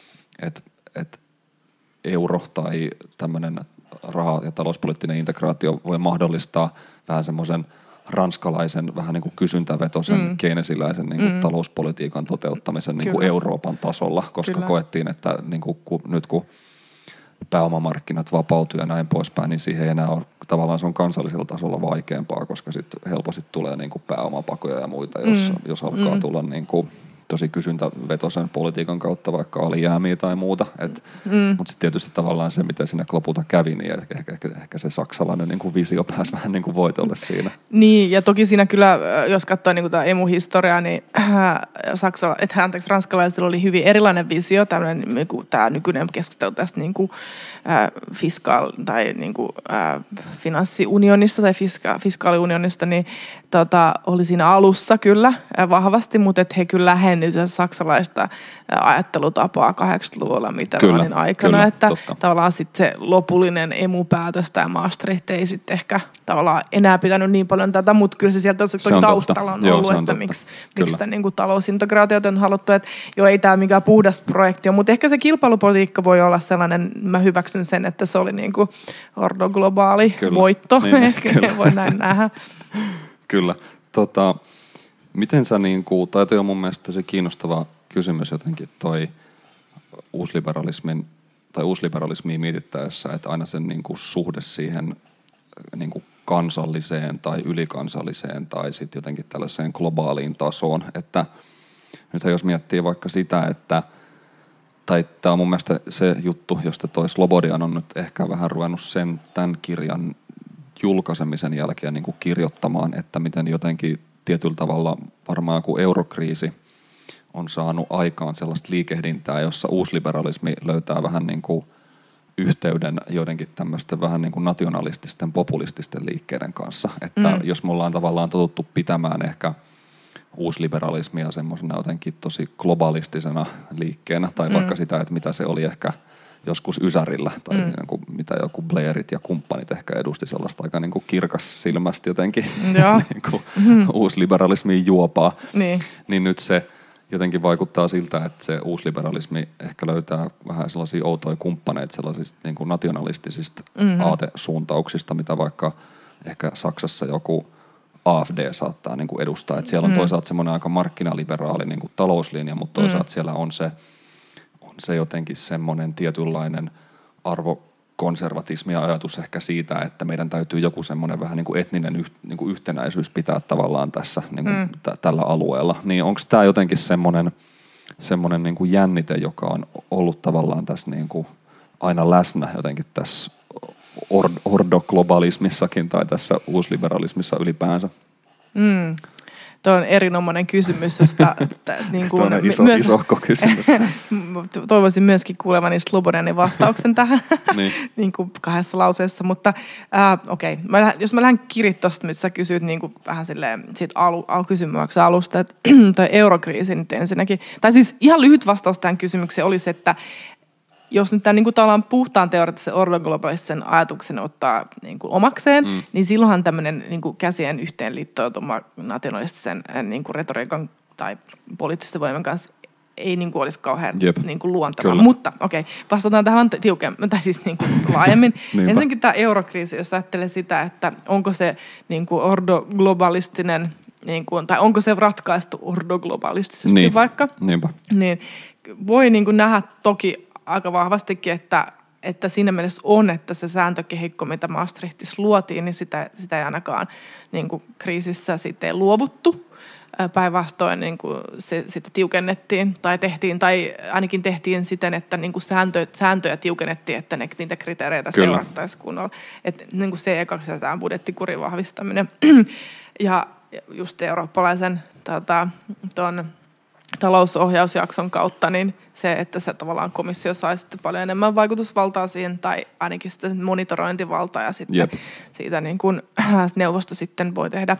euro tai tämmöinen raha- ja talouspoliittinen integraatio voi mahdollistaa vähän semmoisen ranskalaisen, vähän niin kuin kysyntävetoisen keynesiläisen niin kuin talouspolitiikan toteuttamisen niin kuin Euroopan tasolla, koska koettiin, että niin kuin, nyt kun pääomamarkkinat vapautuu ja näin poispäin, niin siihen ei enää ole, tavallaan se on kansallisella tasolla vaikeampaa, koska sitten helposti tulee niin kuin pääomapakoja ja muita, jos alkaa tulla niin kuin tosi kysyntävetoisen politiikan kautta vaikka alijäämiä tai muuta. Mutta sitten tietysti tavallaan se, miten siinä lopulta kävi, niin ehkä se saksalainen niin kuin visio pääsi vähän niin kuin voitolle siinä. Niin, ja toki siinä kyllä, jos katsoo niin tämä emu-historiaa, niin ranskalaisilla oli hyvin erilainen visio, tämmöinen niin kuin tämä nykyinen keskustelu tästä niin kuin, tai niin kuin, finanssiunionista tai fiskaaliunionista, niin oli siinä alussa kyllä vahvasti, mutta että he kyllä lähennyivät saksalaista ajattelutapaa 80-luvulla Mitterrandin aikana, kyllä, että totta. Tavallaan sitten se lopullinen emu-päätös tai Maastricht ei sitten ehkä tavallaan enää pitänyt niin paljon tätä, mutta kyllä se sieltä taustalla on ollut, että miksi tämä niin kuin talousintegraatiot on haluttu, että joo, ei tämä mikään puhdas projekti ole, mutta ehkä se kilpailupolitiikka voi olla sellainen, mä hyväksyn sen, että se oli niin kuin ordoglobaali voitto, niin, voi näin nähdä. Kyllä. Miten sä tai toi on mun mielestä tosi kiinnostava kysymys jotenkin toi uusliberalismiin mietittäessä, että aina sen niin kuin suhde siihen niin kuin kansalliseen tai ylikansalliseen tai sitten jotenkin tällaiseen globaaliin tasoon, että nythän jos miettii vaikka sitä, että tai tämä on mun mielestä se juttu, josta toi Slobodian on nyt ehkä vähän ruvennut tämän kirjan julkaisemisen jälkeen niin kuin kirjoittamaan, että miten jotenkin tietyllä tavalla varmaan kun eurokriisi on saanut aikaan sellaista liikehdintää, jossa uusliberalismi löytää vähän niin kuin yhteyden joidenkin tämmöisten vähän niin kuin nationalististen, populististen liikkeiden kanssa. Että jos me ollaan tavallaan totuttu pitämään ehkä uusliberalismia semmoisena jotenkin tosi globalistisena liikkeenä, tai vaikka sitä, että mitä se oli ehkä joskus Ysärillä, tai niin kuin, mitä joku Blairit ja kumppanit ehkä edusti sellaista aika niin kuin kirkas silmästi jotenkin niin kuin uusliberalismiin juopaa. Niin nyt se jotenkin vaikuttaa siltä, että se uusliberalismi ehkä löytää vähän sellaisia outoja kumppaneita sellaisista niin kuin nationalistisista aatesuuntauksista, mitä vaikka ehkä Saksassa joku AfD saattaa niin kuin edustaa. Että siellä on toisaalta semmoinen aika markkinaliberaali niin kuin talouslinja, mutta toisaalta siellä on se jotenkin semmoinen tietynlainen arvokonservatismi ja ajatus ehkä siitä, että meidän täytyy joku semmoinen vähän niin kuin etninen niin kuin yhtenäisyys pitää tavallaan tässä niin kuin tällä alueella. Niin onko tämä jotenkin semmoinen niin kuin jännite, joka on ollut tavallaan tässä niin kuin aina läsnä jotenkin tässä ordoglobalismissakin tai tässä uusliberalismissa ylipäänsä? Tuo on erinomainen kysymys, josta niin kuin isohko kysymys. Toivoisin myöskin kuulevani Slobodianin vastauksen tähän niin kuin 2 lauseessa, mutta okei. Jos mä lähden kirit tuosta, missä kysyt niin kuin vähän silleen siitä kysymyksen alusta, että toi eurokriisi nyt ensinnäkin, tai siis ihan lyhyt vastaus tähän kysymykseen olisi, että jos nyt tämän niin kuin tavallaan puhtaan teoreettisen ordoglobalistisen ajatuksen ottaa niin kuin omakseen, niin silloinhan tämmöinen niin kuin käsien yhteenliittoutuma nationalistisen niin kuin retoriikan tai poliittisten voimien kanssa ei niin kuin olisi kauhean niin kuin luontava. Kyllä. Mutta vastataan tähän tiukemmin, tai siis niin kuin laajemmin. Ensinnäkin tämä eurokriisi, jos ajattelee sitä, että onko se niin kuin ordoglobalistinen, niin kuin, tai onko se ratkaistu ordoglobalistisesti vaikka, niin voi niin kuin nähdä toki aika vahvastikin, että siinä mielessä on, että se sääntökehikko, mitä Maastrichtissa luotiin, niin sitä ei ainakaan niin kuin kriisissä siitä ei luovuttu. Päinvastoin niin kuin sitä tiukennettiin tai tehtiin, tai ainakin tehtiin siten, että niin kuin sääntöjä tiukennettiin, että niitä kriteereitä seurattaisiin kunnolla. Että niin kuin se ekaksi tämä budjettikurin vahvistaminen. Ja just eurooppalaisen tuon talousohjausjakson kautta, niin se, että se tavallaan komissio sai sitten paljon enemmän vaikutusvaltaa siihen, tai ainakin sitten monitorointivaltaa, ja sitten siitä niin kuin neuvosto sitten voi tehdä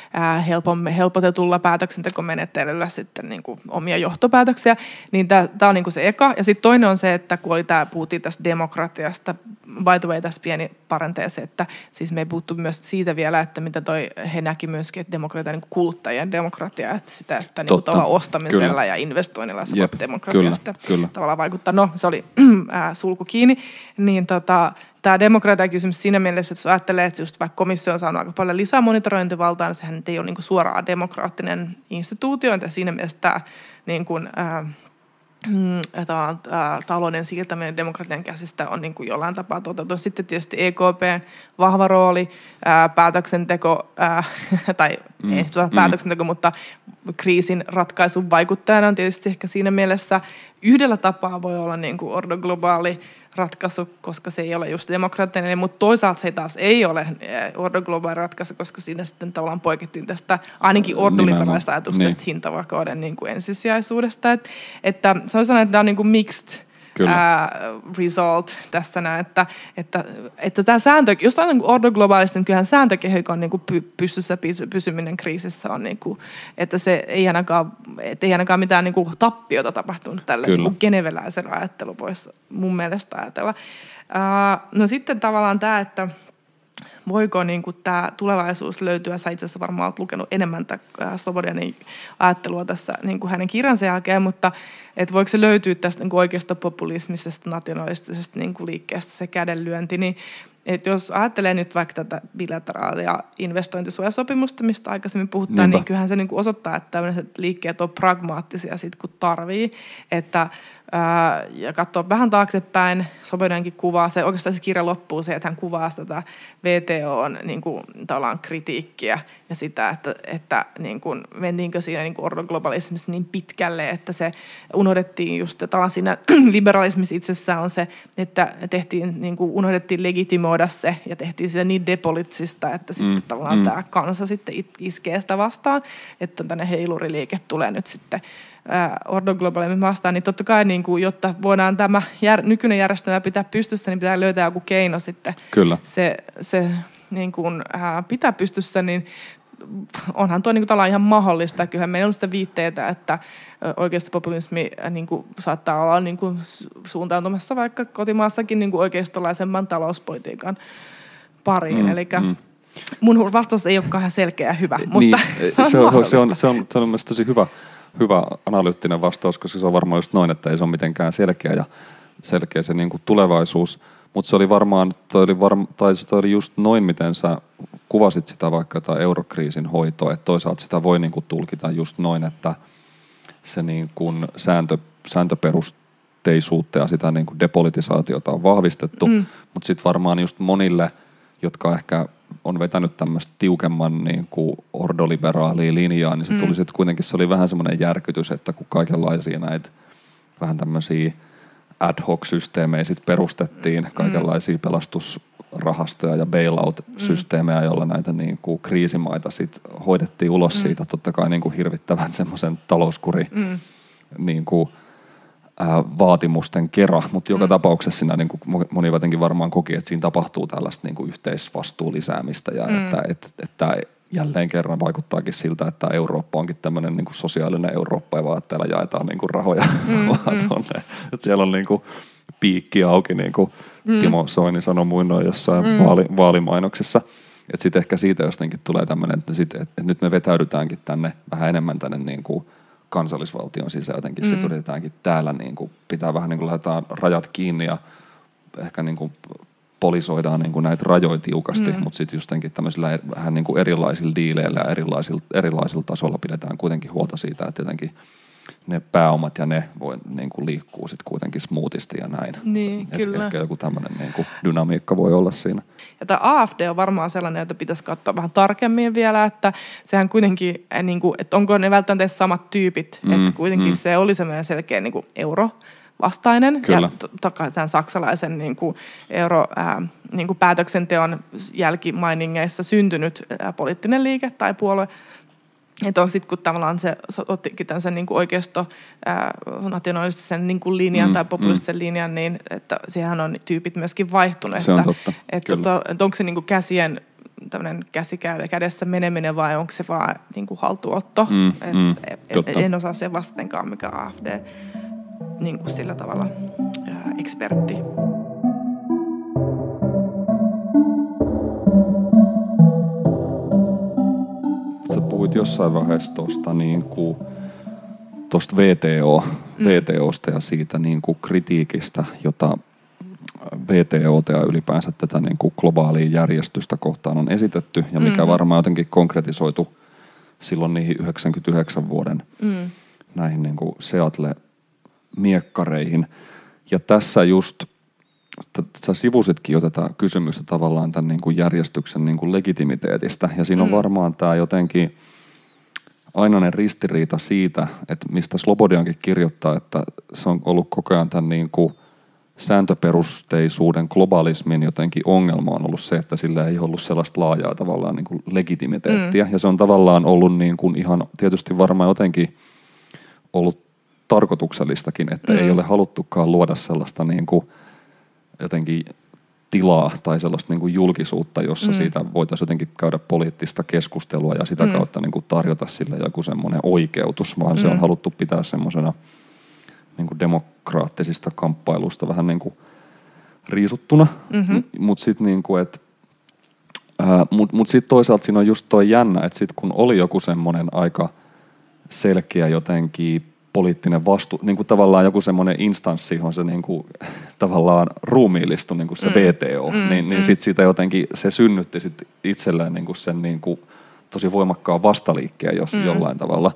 helpotetulla päätöksentekomenettelyllä sitten niin kuin omia johtopäätöksiä, niin tämä on niin kuin se eka. Ja sitten toinen on se, että kun puhuttiin tästä demokratiasta, by the way, tässä pieni parenteesi, että siis me ei puhuttu myös siitä vielä, että mitä he näki myöskin, että demokratia on niin kuin kuluttajien demokratia, että sitä, että niin kuin ostamisella ja investoinnilla se demokratiasta tavallaan vaikuttaa. No, se oli sulku kiinni, niin tämä demokratia-kysymys siinä mielessä, että jos ajattelee, että just vaikka komissio on saanut aika paljon lisää monitorointivaltaa, niin sehän ei ole niin kuin suoraan demokraattinen instituutio, ja siinä mielessä tämä niin kuin, talouden siirtäminen demokratian käsistä on niin kuin jollain tapaa toteutunut. Sitten tietysti EKPn vahva rooli, päätöksenteko, tai ei päätöksenteko, mutta kriisin ratkaisun vaikuttajana on tietysti ehkä siinä mielessä yhdellä tapaa voi olla niin kuin ordoglobaali ratkaisu, koska se ei ole just demokraattinen, mutta toisaalta se taas ei ole ordoglobaali ratkaisu, koska siinä sitten tavallaan poikettiin tästä ainakin ordoliberaalista ajatuksesta tästä hintavakauden niin kuin ensisijaisuudesta. Että se on sellainen, että tämä on niin kuin mixed result tästä näin, että tämä sääntö, jos tämä on niin ordoglobaalista, niin kyllähän sääntökehikon niin kuin pystyssä pysyminen kriisissä on, niin kuin, että se ei ainakaan mitään niin kuin tappiota tapahtunut tälle niin kuin geneveläisellä ajattelu voisi mun mielestä ajatella. No sitten tavallaan tämä, että voiko niin kuin tämä tulevaisuus löytyä, sä itse asiassa varmaan olet lukenut enemmän Slobodianin ajattelua tässä niin kuin hänen kirjansa jälkeen, mutta että voiko se löytyä tästä niin kuin oikeasta populismisesta, nationalistisesta niin kuin liikkeestä se kädenlyönti, niin että jos ajattelee nyt vaikka tätä bilateraalia investointisuojasopimusta, mistä aikaisemmin puhuttiin, niin kyllähän se niin kuin osoittaa, että tämmöiset liikkeet on pragmaattisia sit kun tarvii, että ja katsoa vähän taaksepäin, Slobodiankin kuvaa, se oikeastaan se kirja loppuu se, että hän kuvaa tätä VTO:n niin kuin, kritiikkiä ja sitä, että niin kuin, mentiinkö siinä niin kuin ordoglobalismissa niin pitkälle, että se unohdettiin just, että siinä liberalismissa itsessään on se, että niin kuin, unohdettiin legitimoida se ja tehtiin sitä niin depoliittista, että sitten tavallaan tämä kansa sitten iskee sitä vastaan, että tänne heiluriliike tulee nyt sitten ordoglobalismin vastaan, niin totta kai, niin kuin, jotta voidaan tämä nykyinen järjestelmä pitää pystyssä, niin pitää löytää joku keino sitten se niin kuin, pitää pystyssä, niin onhan tuo niin kuin, ihan mahdollista. Kyllähän meillä on sitä viitteitä, että oikeistopopulismi niin kuin, saattaa olla niin kuin, suuntautumassa vaikka kotimaassakin niin kuin oikeistolaisemman talouspolitiikan pariin. Eli mun vastaus ei ole ihan selkeä ja hyvä, mutta se on mielestäni tosi hyvä analyyttinen vastaus, koska se on varmaan just noin, että ei se ole mitenkään selkeä se niin kuin tulevaisuus. Mutta se oli varmaan, toi oli just noin, miten sä kuvasit sitä vaikka jotain eurokriisin hoitoa, että toisaalta sitä voi niin kuin tulkita just noin, että se niin kuin sääntöperusteisuutta ja sitä niin kuin depolitisaatiota on vahvistettu, mutta sitten varmaan just monille, jotka ehkä on vetänyt tämmöistä tiukemman niin kuin ordoliberaalia linjaa, niin se tuli sitten kuitenkin, se oli vähän semmoinen järkytys, että kun kaikenlaisia näitä vähän tämmöisiä ad hoc-systeemejä sitten perustettiin, kaikenlaisia pelastusrahastoja ja bailout-systeemejä, joilla näitä niin kuin kriisimaita sitten hoidettiin ulos siitä, totta kai niin kuin hirvittävän semmoisen talouskuri niin kuin vaatimusten kera, mutta joka tapauksessa siinä niin kuin moni jotenkin varmaan koki, että siinä tapahtuu tällaista niin kuin yhteisvastuun lisäämistä ja että jälleen kerran vaikuttaakin siltä, että Eurooppa onkin tämmöinen niin kuin sosiaalinen Eurooppa ja vaan, että täällä jaetaan niin kuin rahoja vaan tonne. Että siellä on niin kuin piikki auki, niin kuin Timo Soini sanoi muinoin jossain vaalimainoksessa. Että sitten ehkä siitä jotenkin tulee tämmöinen, että nyt me vetäydytäänkin tänne vähän enemmän tänne niin kuin kansallisvaltion sisään jotenkin. Sitten yritetäänkin täällä niin kuin pitää vähän niin kuin laitetaan rajat kiinni ja ehkä niin kuin polisoidaan niin kuin näitä rajoja tiukasti, mutta sitten jotenkin tämmöisillä vähän niin kuin erilaisilla diileillä ja erilaisilla tasolla pidetään kuitenkin huolta siitä, että jotenkin ne pääomat ja ne voi niin kuin liikkuu sitten kuitenkin smoothisti ja näin. Niin, kyllä. Ehkä joku tämmöinen niin kuin dynamiikka voi olla siinä. Ja tämä AFD on varmaan sellainen, että pitäisi katsoa vähän tarkemmin vielä, että sehän kuitenkin, niin kuin, että onko ne välttämättä samat tyypit, että kuitenkin se oli semmoinen selkeä niin kuin eurovastainen. Kyllä. Ja tämän saksalaisen niin kuin niin kuin päätöksenteon jälkimainingeissa syntynyt poliittinen liike tai puolue. Että sitten kun tavallaan se ottikin tämmöisen niin oikeisto nationalistisen niin kuin linjan tai populistisen linjan, niin että siihen on tyypit myöskin vaihtunut. Se on totta, että onko se niin kuin käsien tämmöinen käsi kädessä meneminen vai onko se vaan niin kuin haltuotto. En osaa sen vastatenkaan, mikä AFD niin kuin sillä tavalla ekspertti. Sä puhuit jossain vaiheessa tuosta niin kuin VTOsta ja siitä niin kuin kritiikistä, jota VTOta ja ylipäänsä tätä niin kuin globaalia järjestystä kohtaan on esitetty ja mikä varmaan jotenkin konkretisoitu silloin niihin 99 vuoden näihin niin kuin miekkareihin. Ja tässä just, sä sivusitkin jo tätä kysymystä tavallaan tämän niin kuin järjestyksen niin kuin legitimiteetistä. Ja siinä on varmaan tämä jotenkin ainainen ristiriita siitä, että mistä Slobodiankin kirjoittaa, että se on ollut koko ajan tämän niin kuin sääntöperusteisuuden globalismin jotenkin ongelma on ollut se, että sillä ei ollut sellaista laajaa tavallaan niin kuin legitimiteettiä. Ja se on tavallaan ollut niin kuin ihan tietysti varmaan jotenkin ollut tarkoituksellistakin, että ei ole haluttukaan luoda sellaista niin kuin jotenkin tilaa tai sellaista niin kuin julkisuutta, jossa siitä voitaisiin jotenkin käydä poliittista keskustelua ja sitä kautta niin kuin tarjota sille joku semmoinen oikeutus, vaan se on haluttu pitää semmoisena niin kuin demokraattisista kamppailusta vähän niin kuin riisuttuna. Mutta sitten niin kuin, sit toisaalta siinä on just toi jännä, että sitten kun oli joku semmoinen aika selkeä jotenkin poliittinen niin kuin tavallaan joku semmoinen instanssi, johon se niin kuin tavallaan ruumiillistui, niin kuin se WTO, niin sitten siitä jotenkin se synnytti sit itselleen niin kuin sen niin kuin tosi voimakkaan vastaliikkeen jollain tavalla.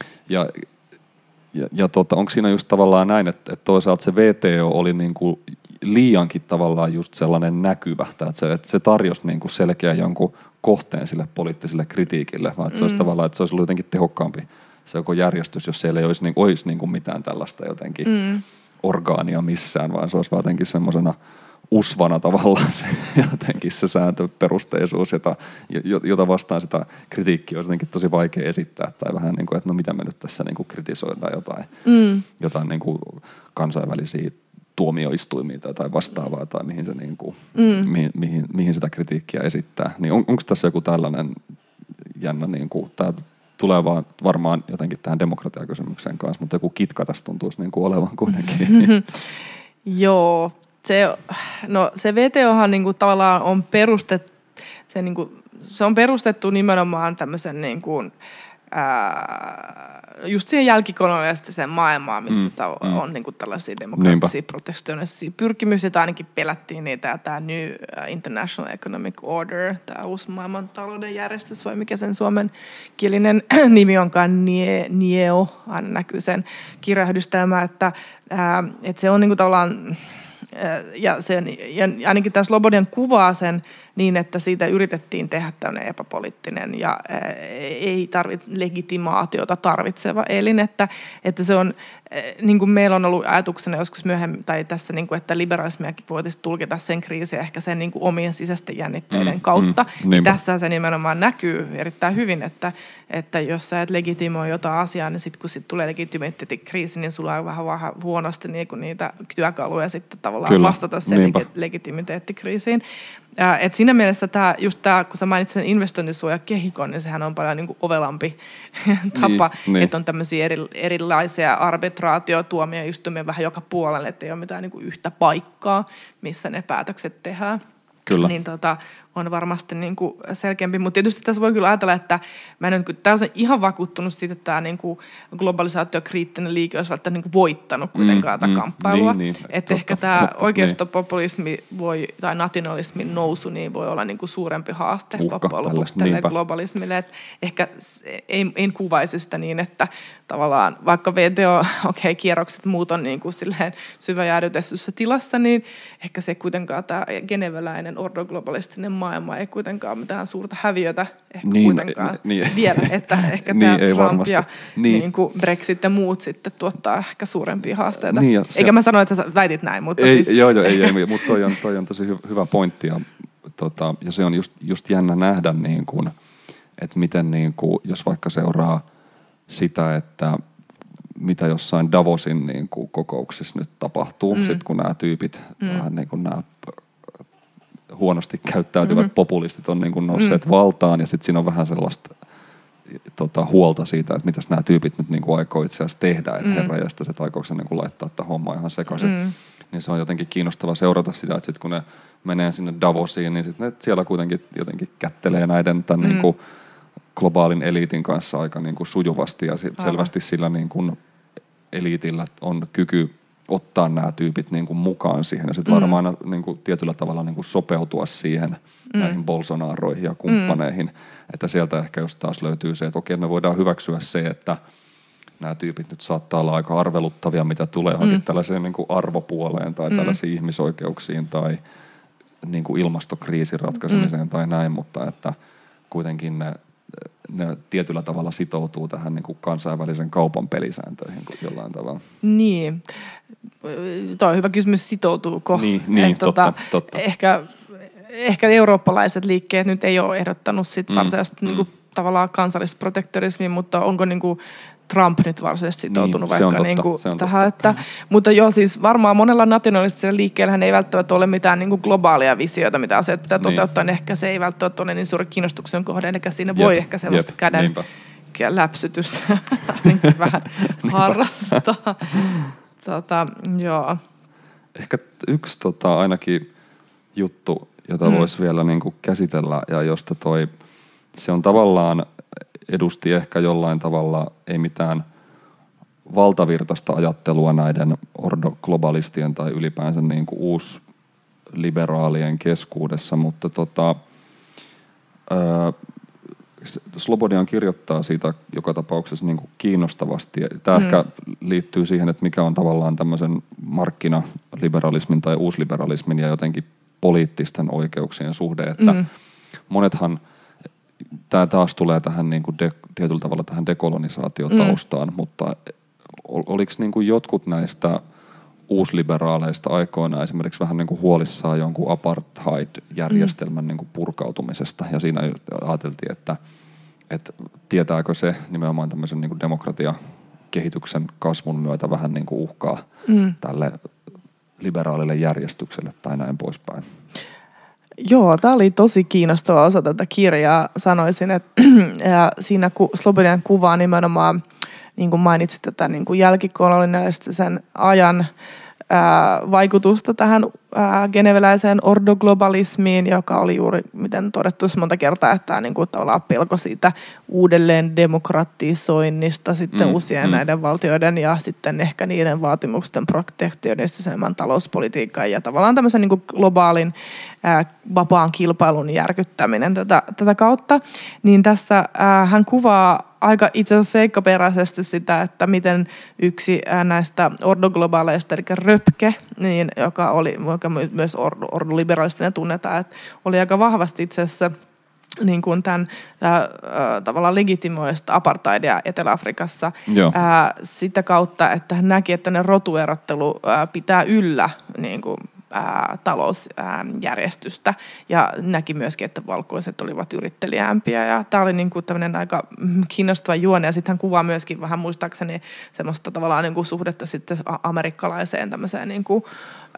Ja onko siinä just tavallaan näin, että toisaalta se WTO oli niin kuin liiankin tavallaan just sellainen näkyvä, että se tarjosi niin kuin selkeä jonkun kohteen sille poliittiselle kritiikille, vaan että se olisi tavallaan, että se olisi ollut jotenkin tehokkaampi se joko järjestys, jos siellä ei olisi niin kuin mitään tällaista jotenkin orgaania missään, vaan se olisi vaan jotenkin semmoisena usvana tavallaan se, jotenkin se sääntöperusteisuus, jota vastaan sitä kritiikkiä olisi jotenkin tosi vaikea esittää, tai vähän niin kuin, että no mitä me nyt tässä niin kuin kritisoidaan jotain niin kuin kansainvälisiä tuomioistuimia tai vastaavaa, tai mihin, se niin kuin, mihin sitä kritiikkiä esittää. Niin onko tässä joku tällainen jännä, niin kuin, tämä tulee varmaan jotenkin tähän demokratiakysymykseen kanssa, mutta joku kitka tässä tuntuisi niin kuin olevan kuitenkin. Joo, se VTOhan niin kuin tavallaan on perustettu, se on perustettu nimenomaan tämmöisen niin kuin, just siihen jälkikolonialistiseen maailmaan, missä on niin kuin tällaisia demokraattisia protektionistisia pyrkimyksiä, tai ainakin pelättiin niitä, ja tämä New International Economic Order, tämä uusi maailman talouden järjestys, vai mikä sen suomenkielinen nimi onkaan, NIEO, aina näkyy sen kirjahdystelmä, että se on niin kuin tavallaan, ja ainakin tämä Slobodian kuvaa sen niin, että siitä yritettiin tehdä tämmöinen epäpoliittinen ja ei legitimaatiota tarvitseva elin, että se on, niin kuin meillä on ollut ajatuksena joskus myöhemmin, tai tässä, niin kuin, että liberalismiakin voitaisiin tulkita sen kriisiä ehkä sen niin kuin omien sisäisten jännitteiden kautta. Tässä se nimenomaan näkyy erittäin hyvin, että jos sä et legitimoi jotain asiaa, niin sitten kun tulee legitimiteettikriisi, niin sulla on vähän huonosti niin kuin niitä työkaluja sitten tavallaan vastata sen legitimiteettikriisiin. Et siinä mielessä tämä, kun sä mainitsit sen investointisuojakehikon, niin sehän on paljon niin kuin ovelampi tapa, että on tämmöisiä erilaisia arbitraatiotuomioistuimia vähän joka puolelle, että ei ole mitään niin kuin yhtä paikkaa, missä ne päätökset tehdään. Kyllä. Niin on varmasti niin kuin selkeämpi, mutta tietysti tässä voi kyllä ajatella, että mä en ole täysin ihan vakuuttunut siitä, että tämä niin kuin globalisaatiokriittinen liike olisi välttämättä niin kuin voittanut kuitenkaan tätä kamppailua. Että ehkä tämä oikeistopopulismi tai nationalismin nousu niin voi olla niin kuin suurempi haaste loppujen lopuksi tälle globalismille. Että ehkä en kuvaisi sitä niin, että tavallaan vaikka VTO-kierrokset muut on niin kuin silleen syväjäädytetyssä tilassa, niin ehkä se kuitenkaan tämä geneveläinen ordoglobalistinen maailma ei kuitenkaan mitään suurta häviötä ehkä kuitenkaan vielä, että ehkä tämä Trump ja niin kuin Brexit ja muut sitten tuottaa ehkä suurempia haasteita. Eikä mä sano, että sä väitit näin, mutta ei, siis... Joo, mutta toi on tosi hyvä pointti ja se on just jännä nähdä, niin kuin, että miten niin kuin, jos vaikka seuraa sitä, että mitä jossain Davosin niin kuin kokouksissa nyt tapahtuu, sit kun nämä tyypit vähän niin kuin nämä huonosti käyttäytyvät populistit on niin kuin nousseet valtaan, ja sitten siinä on vähän sellaista huolta siitä, että mitäs nämä tyypit nyt niin kuin aikoo itse asiassa tehdä, että herranjestas, että aikooko se niin kuin laittaa tämä homma ihan sekaisin. Niin se on jotenkin kiinnostava seurata sitä, että sitten kun ne menee sinne Davosiin, niin sitten ne siellä kuitenkin jotenkin kättelee näiden tämän niin kuin globaalin eliitin kanssa aika niin kuin sujuvasti, ja selvästi sillä niin kuin eliitillä on kyky ottaa nämä tyypit niin kuin mukaan siihen ja sitten varmaan niin kuin tietyllä tavalla niin kuin sopeutua siihen näihin Bolsonaroihin ja kumppaneihin. Että sieltä ehkä jos taas löytyy se, että okei, me voidaan hyväksyä se, että nämä tyypit nyt saattaa olla aika arveluttavia, mitä tulee johonkin tällaiseen niin kuin arvopuoleen tai tällaisiin ihmisoikeuksiin tai niin kuin ilmastokriisin ratkaisemiseen tai näin, mutta että kuitenkin ne tietyllä tavalla sitoutuu tähän niin kuin kansainvälisen kaupan pelisääntöihin jollain tavalla. Niin. Tuo on hyvä kysymys, sitoutuuko? Niin totta. Ehkä eurooppalaiset liikkeet nyt ei ole ehdottanut sit varsinaisesti niinku tavallaan kansallista protektorismia, mutta onko niinku Trump nyt varsinaisesti sitoutunut vaikka niinku tähän. Mutta joo, siis varmaan monella nationalistisella liikkeellähän ei välttämättä ole mitään niinku globaalia visiota, mitä asiat pitää toteuttaa, niin ehkä se ei välttämättä ole niin suuri kiinnostuksen kohde, eli siinä voi ehkä sellaista käden läpsytystä vähän harrastaa. Joo. Ehkä yksi ainakin juttu, jota voisi vielä niinku käsitellä ja josta se on tavallaan edusti ehkä jollain tavalla ei mitään valtavirtaista ajattelua näiden ordoglobalistien tai ylipäänsä niinku uusliberaalien keskuudessa, mutta Slobodian kirjoittaa siitä joka tapauksessa niin kuin kiinnostavasti. Tämä ehkä liittyy siihen, että mikä on tavallaan tämmöisen markkinaliberalismin tai uusliberalismin ja jotenkin poliittisten oikeuksien suhde, että monethan, tämä taas tulee tähän niin kuin tietyllä tavalla tähän dekolonisaatiotaustaan, mutta oliko niin kuin jotkut näistä uusliberaaleista aikoina esimerkiksi vähän niin kuin huolissaan jonkun apartheid-järjestelmän niin kuin purkautumisesta, ja siinä ajateltiin, että tietääkö se nimenomaan tämmöisen niin kuin demokratiakehityksen kasvun myötä vähän niin kuin uhkaa tälle liberaalille järjestykselle tai näin poispäin. Joo, tämä oli tosi kiinnostava osa tätä kirjaa, sanoisin, että ja siinä Slobodian kuvaa nimenomaan, niin kuin mainitsit, tätä niin kuin jälkikolonialistisen ajan vaikutusta tähän geneveläiseen ordoglobalismiin, joka oli juuri, miten todettu monta kertaa, että niin kuin tavallaan pelko siitä uudelleen demokratisoinnista sitten uusien näiden valtioiden ja sitten ehkä niiden vaatimusten protektionistisemman talouspolitiikan ja tavallaan tämmöisen niin kuin globaalin vapaan kilpailun järkyttäminen tätä kautta. Niin tässä hän kuvaa aika itse asiassa seikkaperäisesti sitä, että miten yksi näistä ordoglobaaleista, eli Röpke, niin, joka myös ordoliberalistinen tunnetaan, että oli aika vahvasti itse asiassa niin kuin tämän tavallaan legitimoista apartheidia Etelä-Afrikassa sitä kautta, että hän näki, että ne rotuerottelu pitää yllä niin kuin talousjärjestystä ja näki myöskin, että valkoiset olivat yritteliäämpiä ja tämä oli niin kuin tämmöinen aika kiinnostava juone ja sitten hän kuvaa myöskin vähän muistaakseni semmoista tavallaan niin kuin suhdetta sitten amerikkalaiseen tämmöiseen niin kuin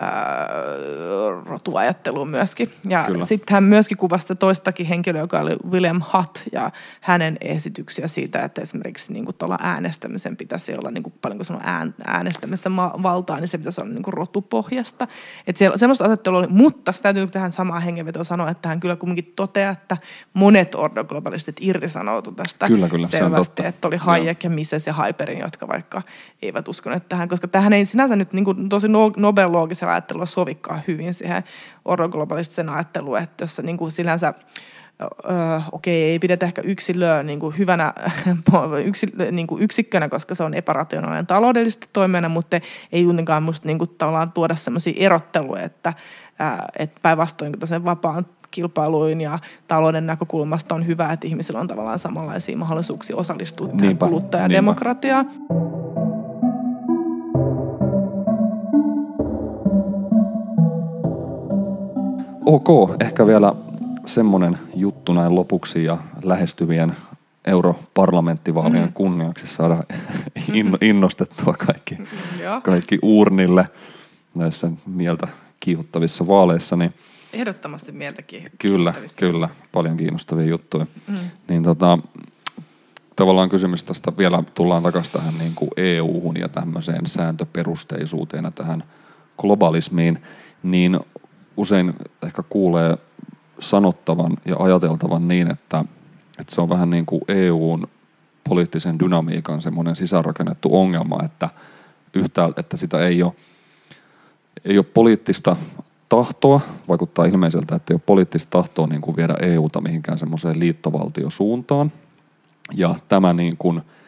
rotuajatteluun myöskin. Ja sitten hän myöskin kuvasi toistakin henkilöä, joka oli William Hutt ja hänen esityksiä siitä, että esimerkiksi niin kuin tuolla äänestämisen pitäisi olla niin kuin paljon kuin sanoo äänestämässä valtaa, niin se pitäisi olla niin kuin rotupohjasta. Että siellä semmoista ajattelua oli, mutta sitä täytyy tähän samaan hengenvetoon sanoa, että hän kyllä kuitenkin toteaa, että monet ordoglobalistit irtisanoutu tästä kyllä, selvästi, että oli Hayek ja Mises ja Hyperin, jotka vaikka eivät uskoneet tähän, koska tähän ei sinänsä nyt niin kuin tosi nobeloogisella ajattelua sovikaan hyvin siihen ordoglobalistiseen ajatteluun, että jossa niin kuin sinänsä ei pidetä ehkä yksilöä niin kuin hyvänä niin kuin yksikkönä, koska se on epärationaalinen taloudellisesti toimena, mutta ei kuitenkaan musta niin kuin tavallaan tuoda semmoisia erotteluja, että päinvastoin sen vapaan kilpailuin ja talouden näkökulmasta on hyvä, että ihmisillä on tavallaan samanlaisia mahdollisuuksia osallistua tähän kuluttajademokratiaan. Ok, ehkä vielä semmoinen juttu näin lopuksi ja lähestyvien europarlamenttivaalien kunniaksi saada innostettua kaikki uurnille näissä mieltä kiihottavissa vaaleissa. Niin ehdottomasti mieltä kiihottavissa. Kyllä, paljon kiinnostavia juttuja. Niin tavallaan kysymys tästä vielä tullaan takaisin tähän niin kuin EU-hun ja tämmöiseen sääntöperusteisuuteen ja tähän globalismiin, niin usein ehkä kuulee sanottavan ja ajateltavan niin, että se on vähän niin kuin EUn poliittisen dynamiikan semmoinen sisäänrakennettu ongelma, että yhtäältä, että sitä ei ole poliittista tahtoa, vaikuttaa ilmeiseltä, että ei ole poliittista tahtoa niin kuin viedä EUta mihinkään semmoiseen liittovaltiosuuntaan. Ja tämä niin kuin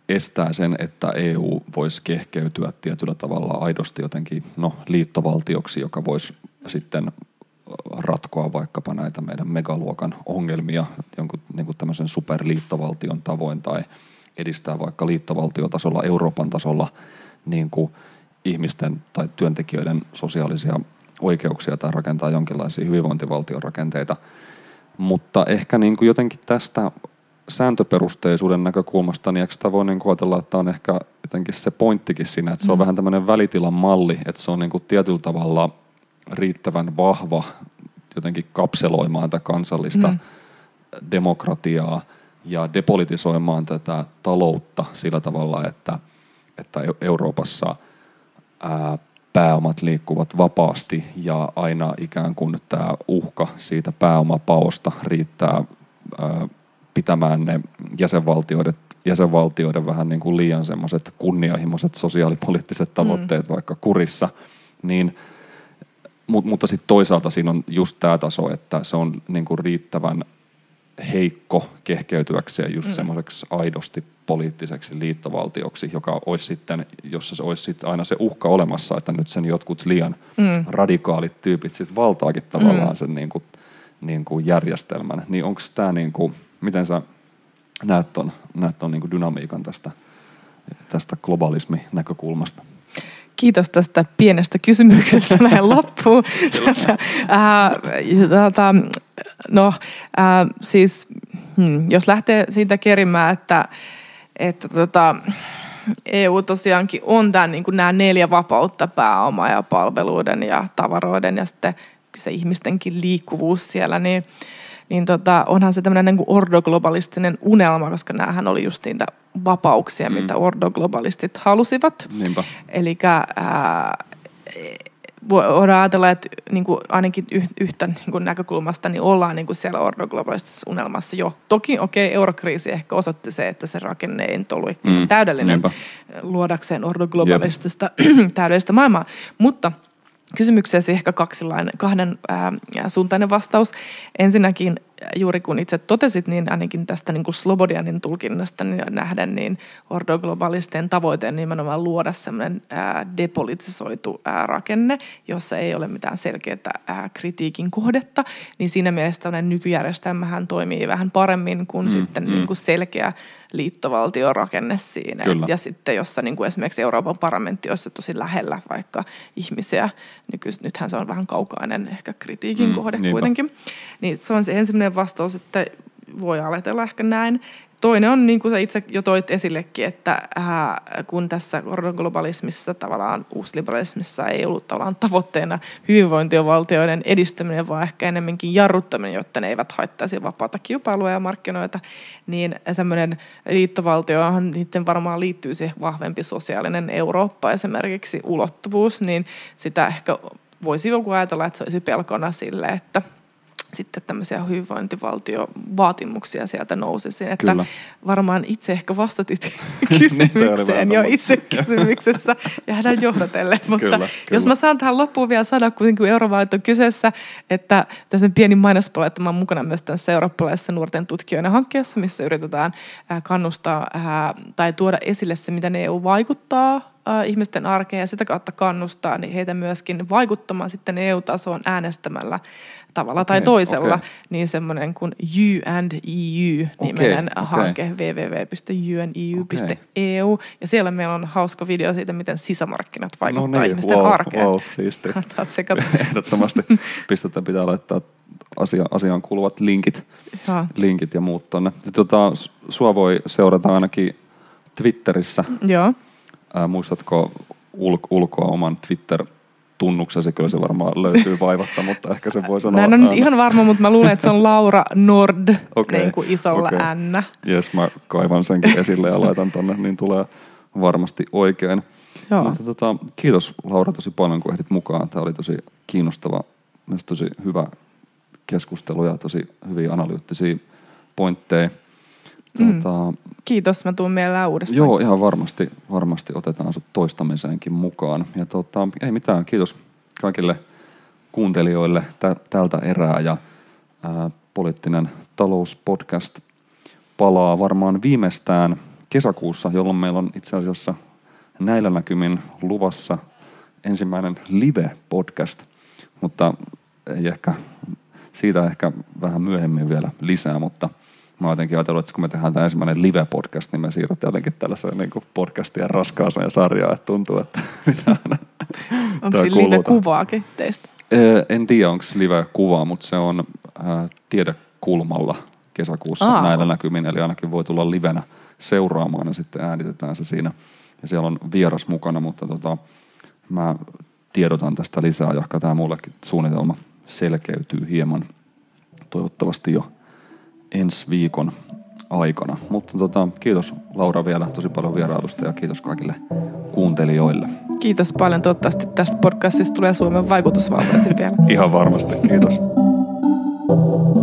estää sen, että EU voisi kehkeytyä tietyllä tavalla aidosti jotenkin liittovaltioksi, joka voisi sitten ratkoa vaikkapa näitä meidän megaluokan ongelmia jonkun niin kuin tämmöisen superliittovaltion tavoin tai edistää vaikka liittovaltiotasolla, Euroopan tasolla niin kuin ihmisten tai työntekijöiden sosiaalisia oikeuksia tai rakentaa jonkinlaisia hyvinvointivaltion rakenteita. Mutta ehkä niin kuin jotenkin tästä sääntöperusteisuuden näkökulmasta, niin eikö sitä voi niin kuin ajatella, että on ehkä jotenkin se pointtikin siinä, että se on vähän tämmöinen välitilan malli, että se on niin kuin tietyllä tavalla riittävän vahva jotenkin kapseloimaan tätä kansallista demokratiaa ja depolitisoimaan tätä taloutta sillä tavalla, että Euroopassa pääomat liikkuvat vapaasti ja aina ikään kuin tämä uhka siitä pääomapaosta riittää pitämään ne jäsenvaltioiden vähän niin kuin liian semmoiset kunnianhimoiset sosiaalipoliittiset tavoitteet vaikka kurissa, niin mutta sitten toisaalta siinä on just tämä taso, että se on niin kuin riittävän heikko kehkeytyäkseen just semmoiseksi aidosti poliittiseksi liittovaltioksi, joka olisi sitten, jossa se olisi sitten aina se uhka olemassa, että nyt sen jotkut liian radikaalit tyypit sitten valtaakin tavallaan sen niin kuin järjestelmän. Niin onko tämä, niin kuin, miten sä näet ton niin kuin dynamiikan tästä globalismin-näkökulmasta? Kiitos tästä pienestä kysymyksestä näin loppuun. Siis jos lähtee siitä kerimään, että EU tosiaankin on niin kuin nämä 4 vapautta, pääoma ja palveluiden ja tavaroiden ja sitten se ihmistenkin liikkuvuus siellä, niin onhan se tämmöinen niin kuin ordoglobalistinen unelma, koska näähän oli just niitä vapauksia, mitä ordoglobalistit halusivat. Niinpä. Elikkä voidaan ajatella, että niin kuin ainakin yhtä niin kuin näkökulmasta niin ollaan niin kuin siellä ordoglobalistisessa unelmassa jo. Toki eurokriisi ehkä osoitti se, että se rakenne ei nyt ollut täydellinen luodakseen ordoglobalistista täydellistä maailmaa, mutta kysymykseesi ehkä kahden suuntainen vastaus. Ensinnäkin juuri kun itse totesit, niin ainakin tästä niin kuin Slobodianin tulkinnasta nähden, niin ordoglobalistien tavoite on nimenomaan luoda semmoinen depolitisoitu rakenne, jossa ei ole mitään selkeää kritiikin kohdetta, niin siinä mielessä tämmöinen nykyjärjestelmähän toimii vähän paremmin kuin sitten niin kuin selkeä liittovaltiorakenne siinä. Ja sitten jossa niin kuin esimerkiksi Euroopan parlamentti olisi tosi lähellä vaikka ihmisiä, nythän se on vähän kaukainen ehkä kritiikin kohde kuitenkin, niin se on se ensimmäinen vastaus, että voi ajatella ehkä näin. Toinen on, niin kuin sä itse jo toit esillekin, että kun tässä globalismissa tavallaan uusliberalismissa ei ollut tavallaan tavoitteena hyvinvointivaltioiden edistäminen, vaan ehkä enemmänkin jarruttaminen, jotta ne eivät haittaisi vapaata kilpailua ja markkinoita, niin semmoinen liittovaltiohan niiden varmaan liittyy siihen vahvempi sosiaalinen Eurooppa esimerkiksi ulottuvuus, niin sitä ehkä voisi joku ajatella, että se olisi pelkona sille, että sitten tämmöisiä hyvinvointivaltiovaatimuksia sieltä nousisi. Että varmaan itse ehkä vastatit kysymykseen jo itse kysymyksessä. Jäädään johdatellen. Mutta jos mä saan tähän loppuun vielä sanoa, kuitenkin eurovaalit on kyseessä, että tässä pieni mainospuoli, että mä oon mukana myös tässä eurooppalaisessa nuorten tutkijoiden hankkeessa, missä yritetään kannustaa tai tuoda esille se, miten EU vaikuttaa ihmisten arkeen ja sitä kautta kannustaa niin heitä myöskin vaikuttamaan sitten EU-tasoon äänestämällä tavalla tai toisella, niin semmoinen kuin You and EU-niminen hanke www.youndeu.eu, ja siellä meillä on hauska video siitä, miten sisämarkkinat vaikuttaa ihmisten arkeen. Wow, siistiä. Ehdottomasti pistetään, pitää laittaa asiaan kuuluvat linkit ja muut tonne. Sua voi seurata ainakin Twitterissä. Joo. Muistatko ulkoa oman Twitter-tunnuksesi? Kyllä se varmaan löytyy vaivatta, mutta ehkä se voi sanoa. Mä en ole nyt ihan varma, mutta mä luulen, että se on Laura Nord, niin kuin isolla N. Jes, mä kaivan senkin esille ja laitan tonne, niin tulee varmasti oikein. Joo. Mutta kiitos Laura tosi paljon, kun ehdit mukaan. Tämä oli tosi kiinnostava, myös tosi hyvä keskustelu ja tosi hyviä analyyttisiä pointteja. Kiitos, mä tuun mielellään uudestaan. Joo, ihan varmasti otetaan sut toistamiseenkin mukaan. Ja ei mitään, kiitos kaikille kuuntelijoille tältä erää. Ja Poliittinen talouspodcast palaa varmaan viimeistään kesäkuussa, jolloin meillä on itse asiassa näillä näkymin luvassa ensimmäinen live-podcast, mutta ei ehkä, siitä ehkä vähän myöhemmin vielä lisää, mutta mä oon jotenkin ajatellut, että kun me tehdään tämä ensimmäinen live-podcast, niin me siirrytään jotenkin tällaiseen niin podcastien raskaaseen sarjaan, että tuntuu, että mitä aina. Onko siinä live-kuvaakin teistä? En tiedä, onko live-kuvaa, mutta se on tiedekulmalla kesäkuussa näillä näkymin, eli ainakin voi tulla livenä seuraamaan ja sitten äänitetään se siinä. Ja siellä on vieras mukana, mutta mä tiedotan tästä lisää, jahka tämä mullekin suunnitelma selkeytyy hieman toivottavasti jo ensi viikon aikana. Mutta kiitos Laura vielä tosi paljon vierailusta ja kiitos kaikille kuuntelijoille. Kiitos paljon. Toivottavasti tästä podcastista tulee Suomen vaikutusvaltaisin vielä. Ihan varmasti. Kiitos.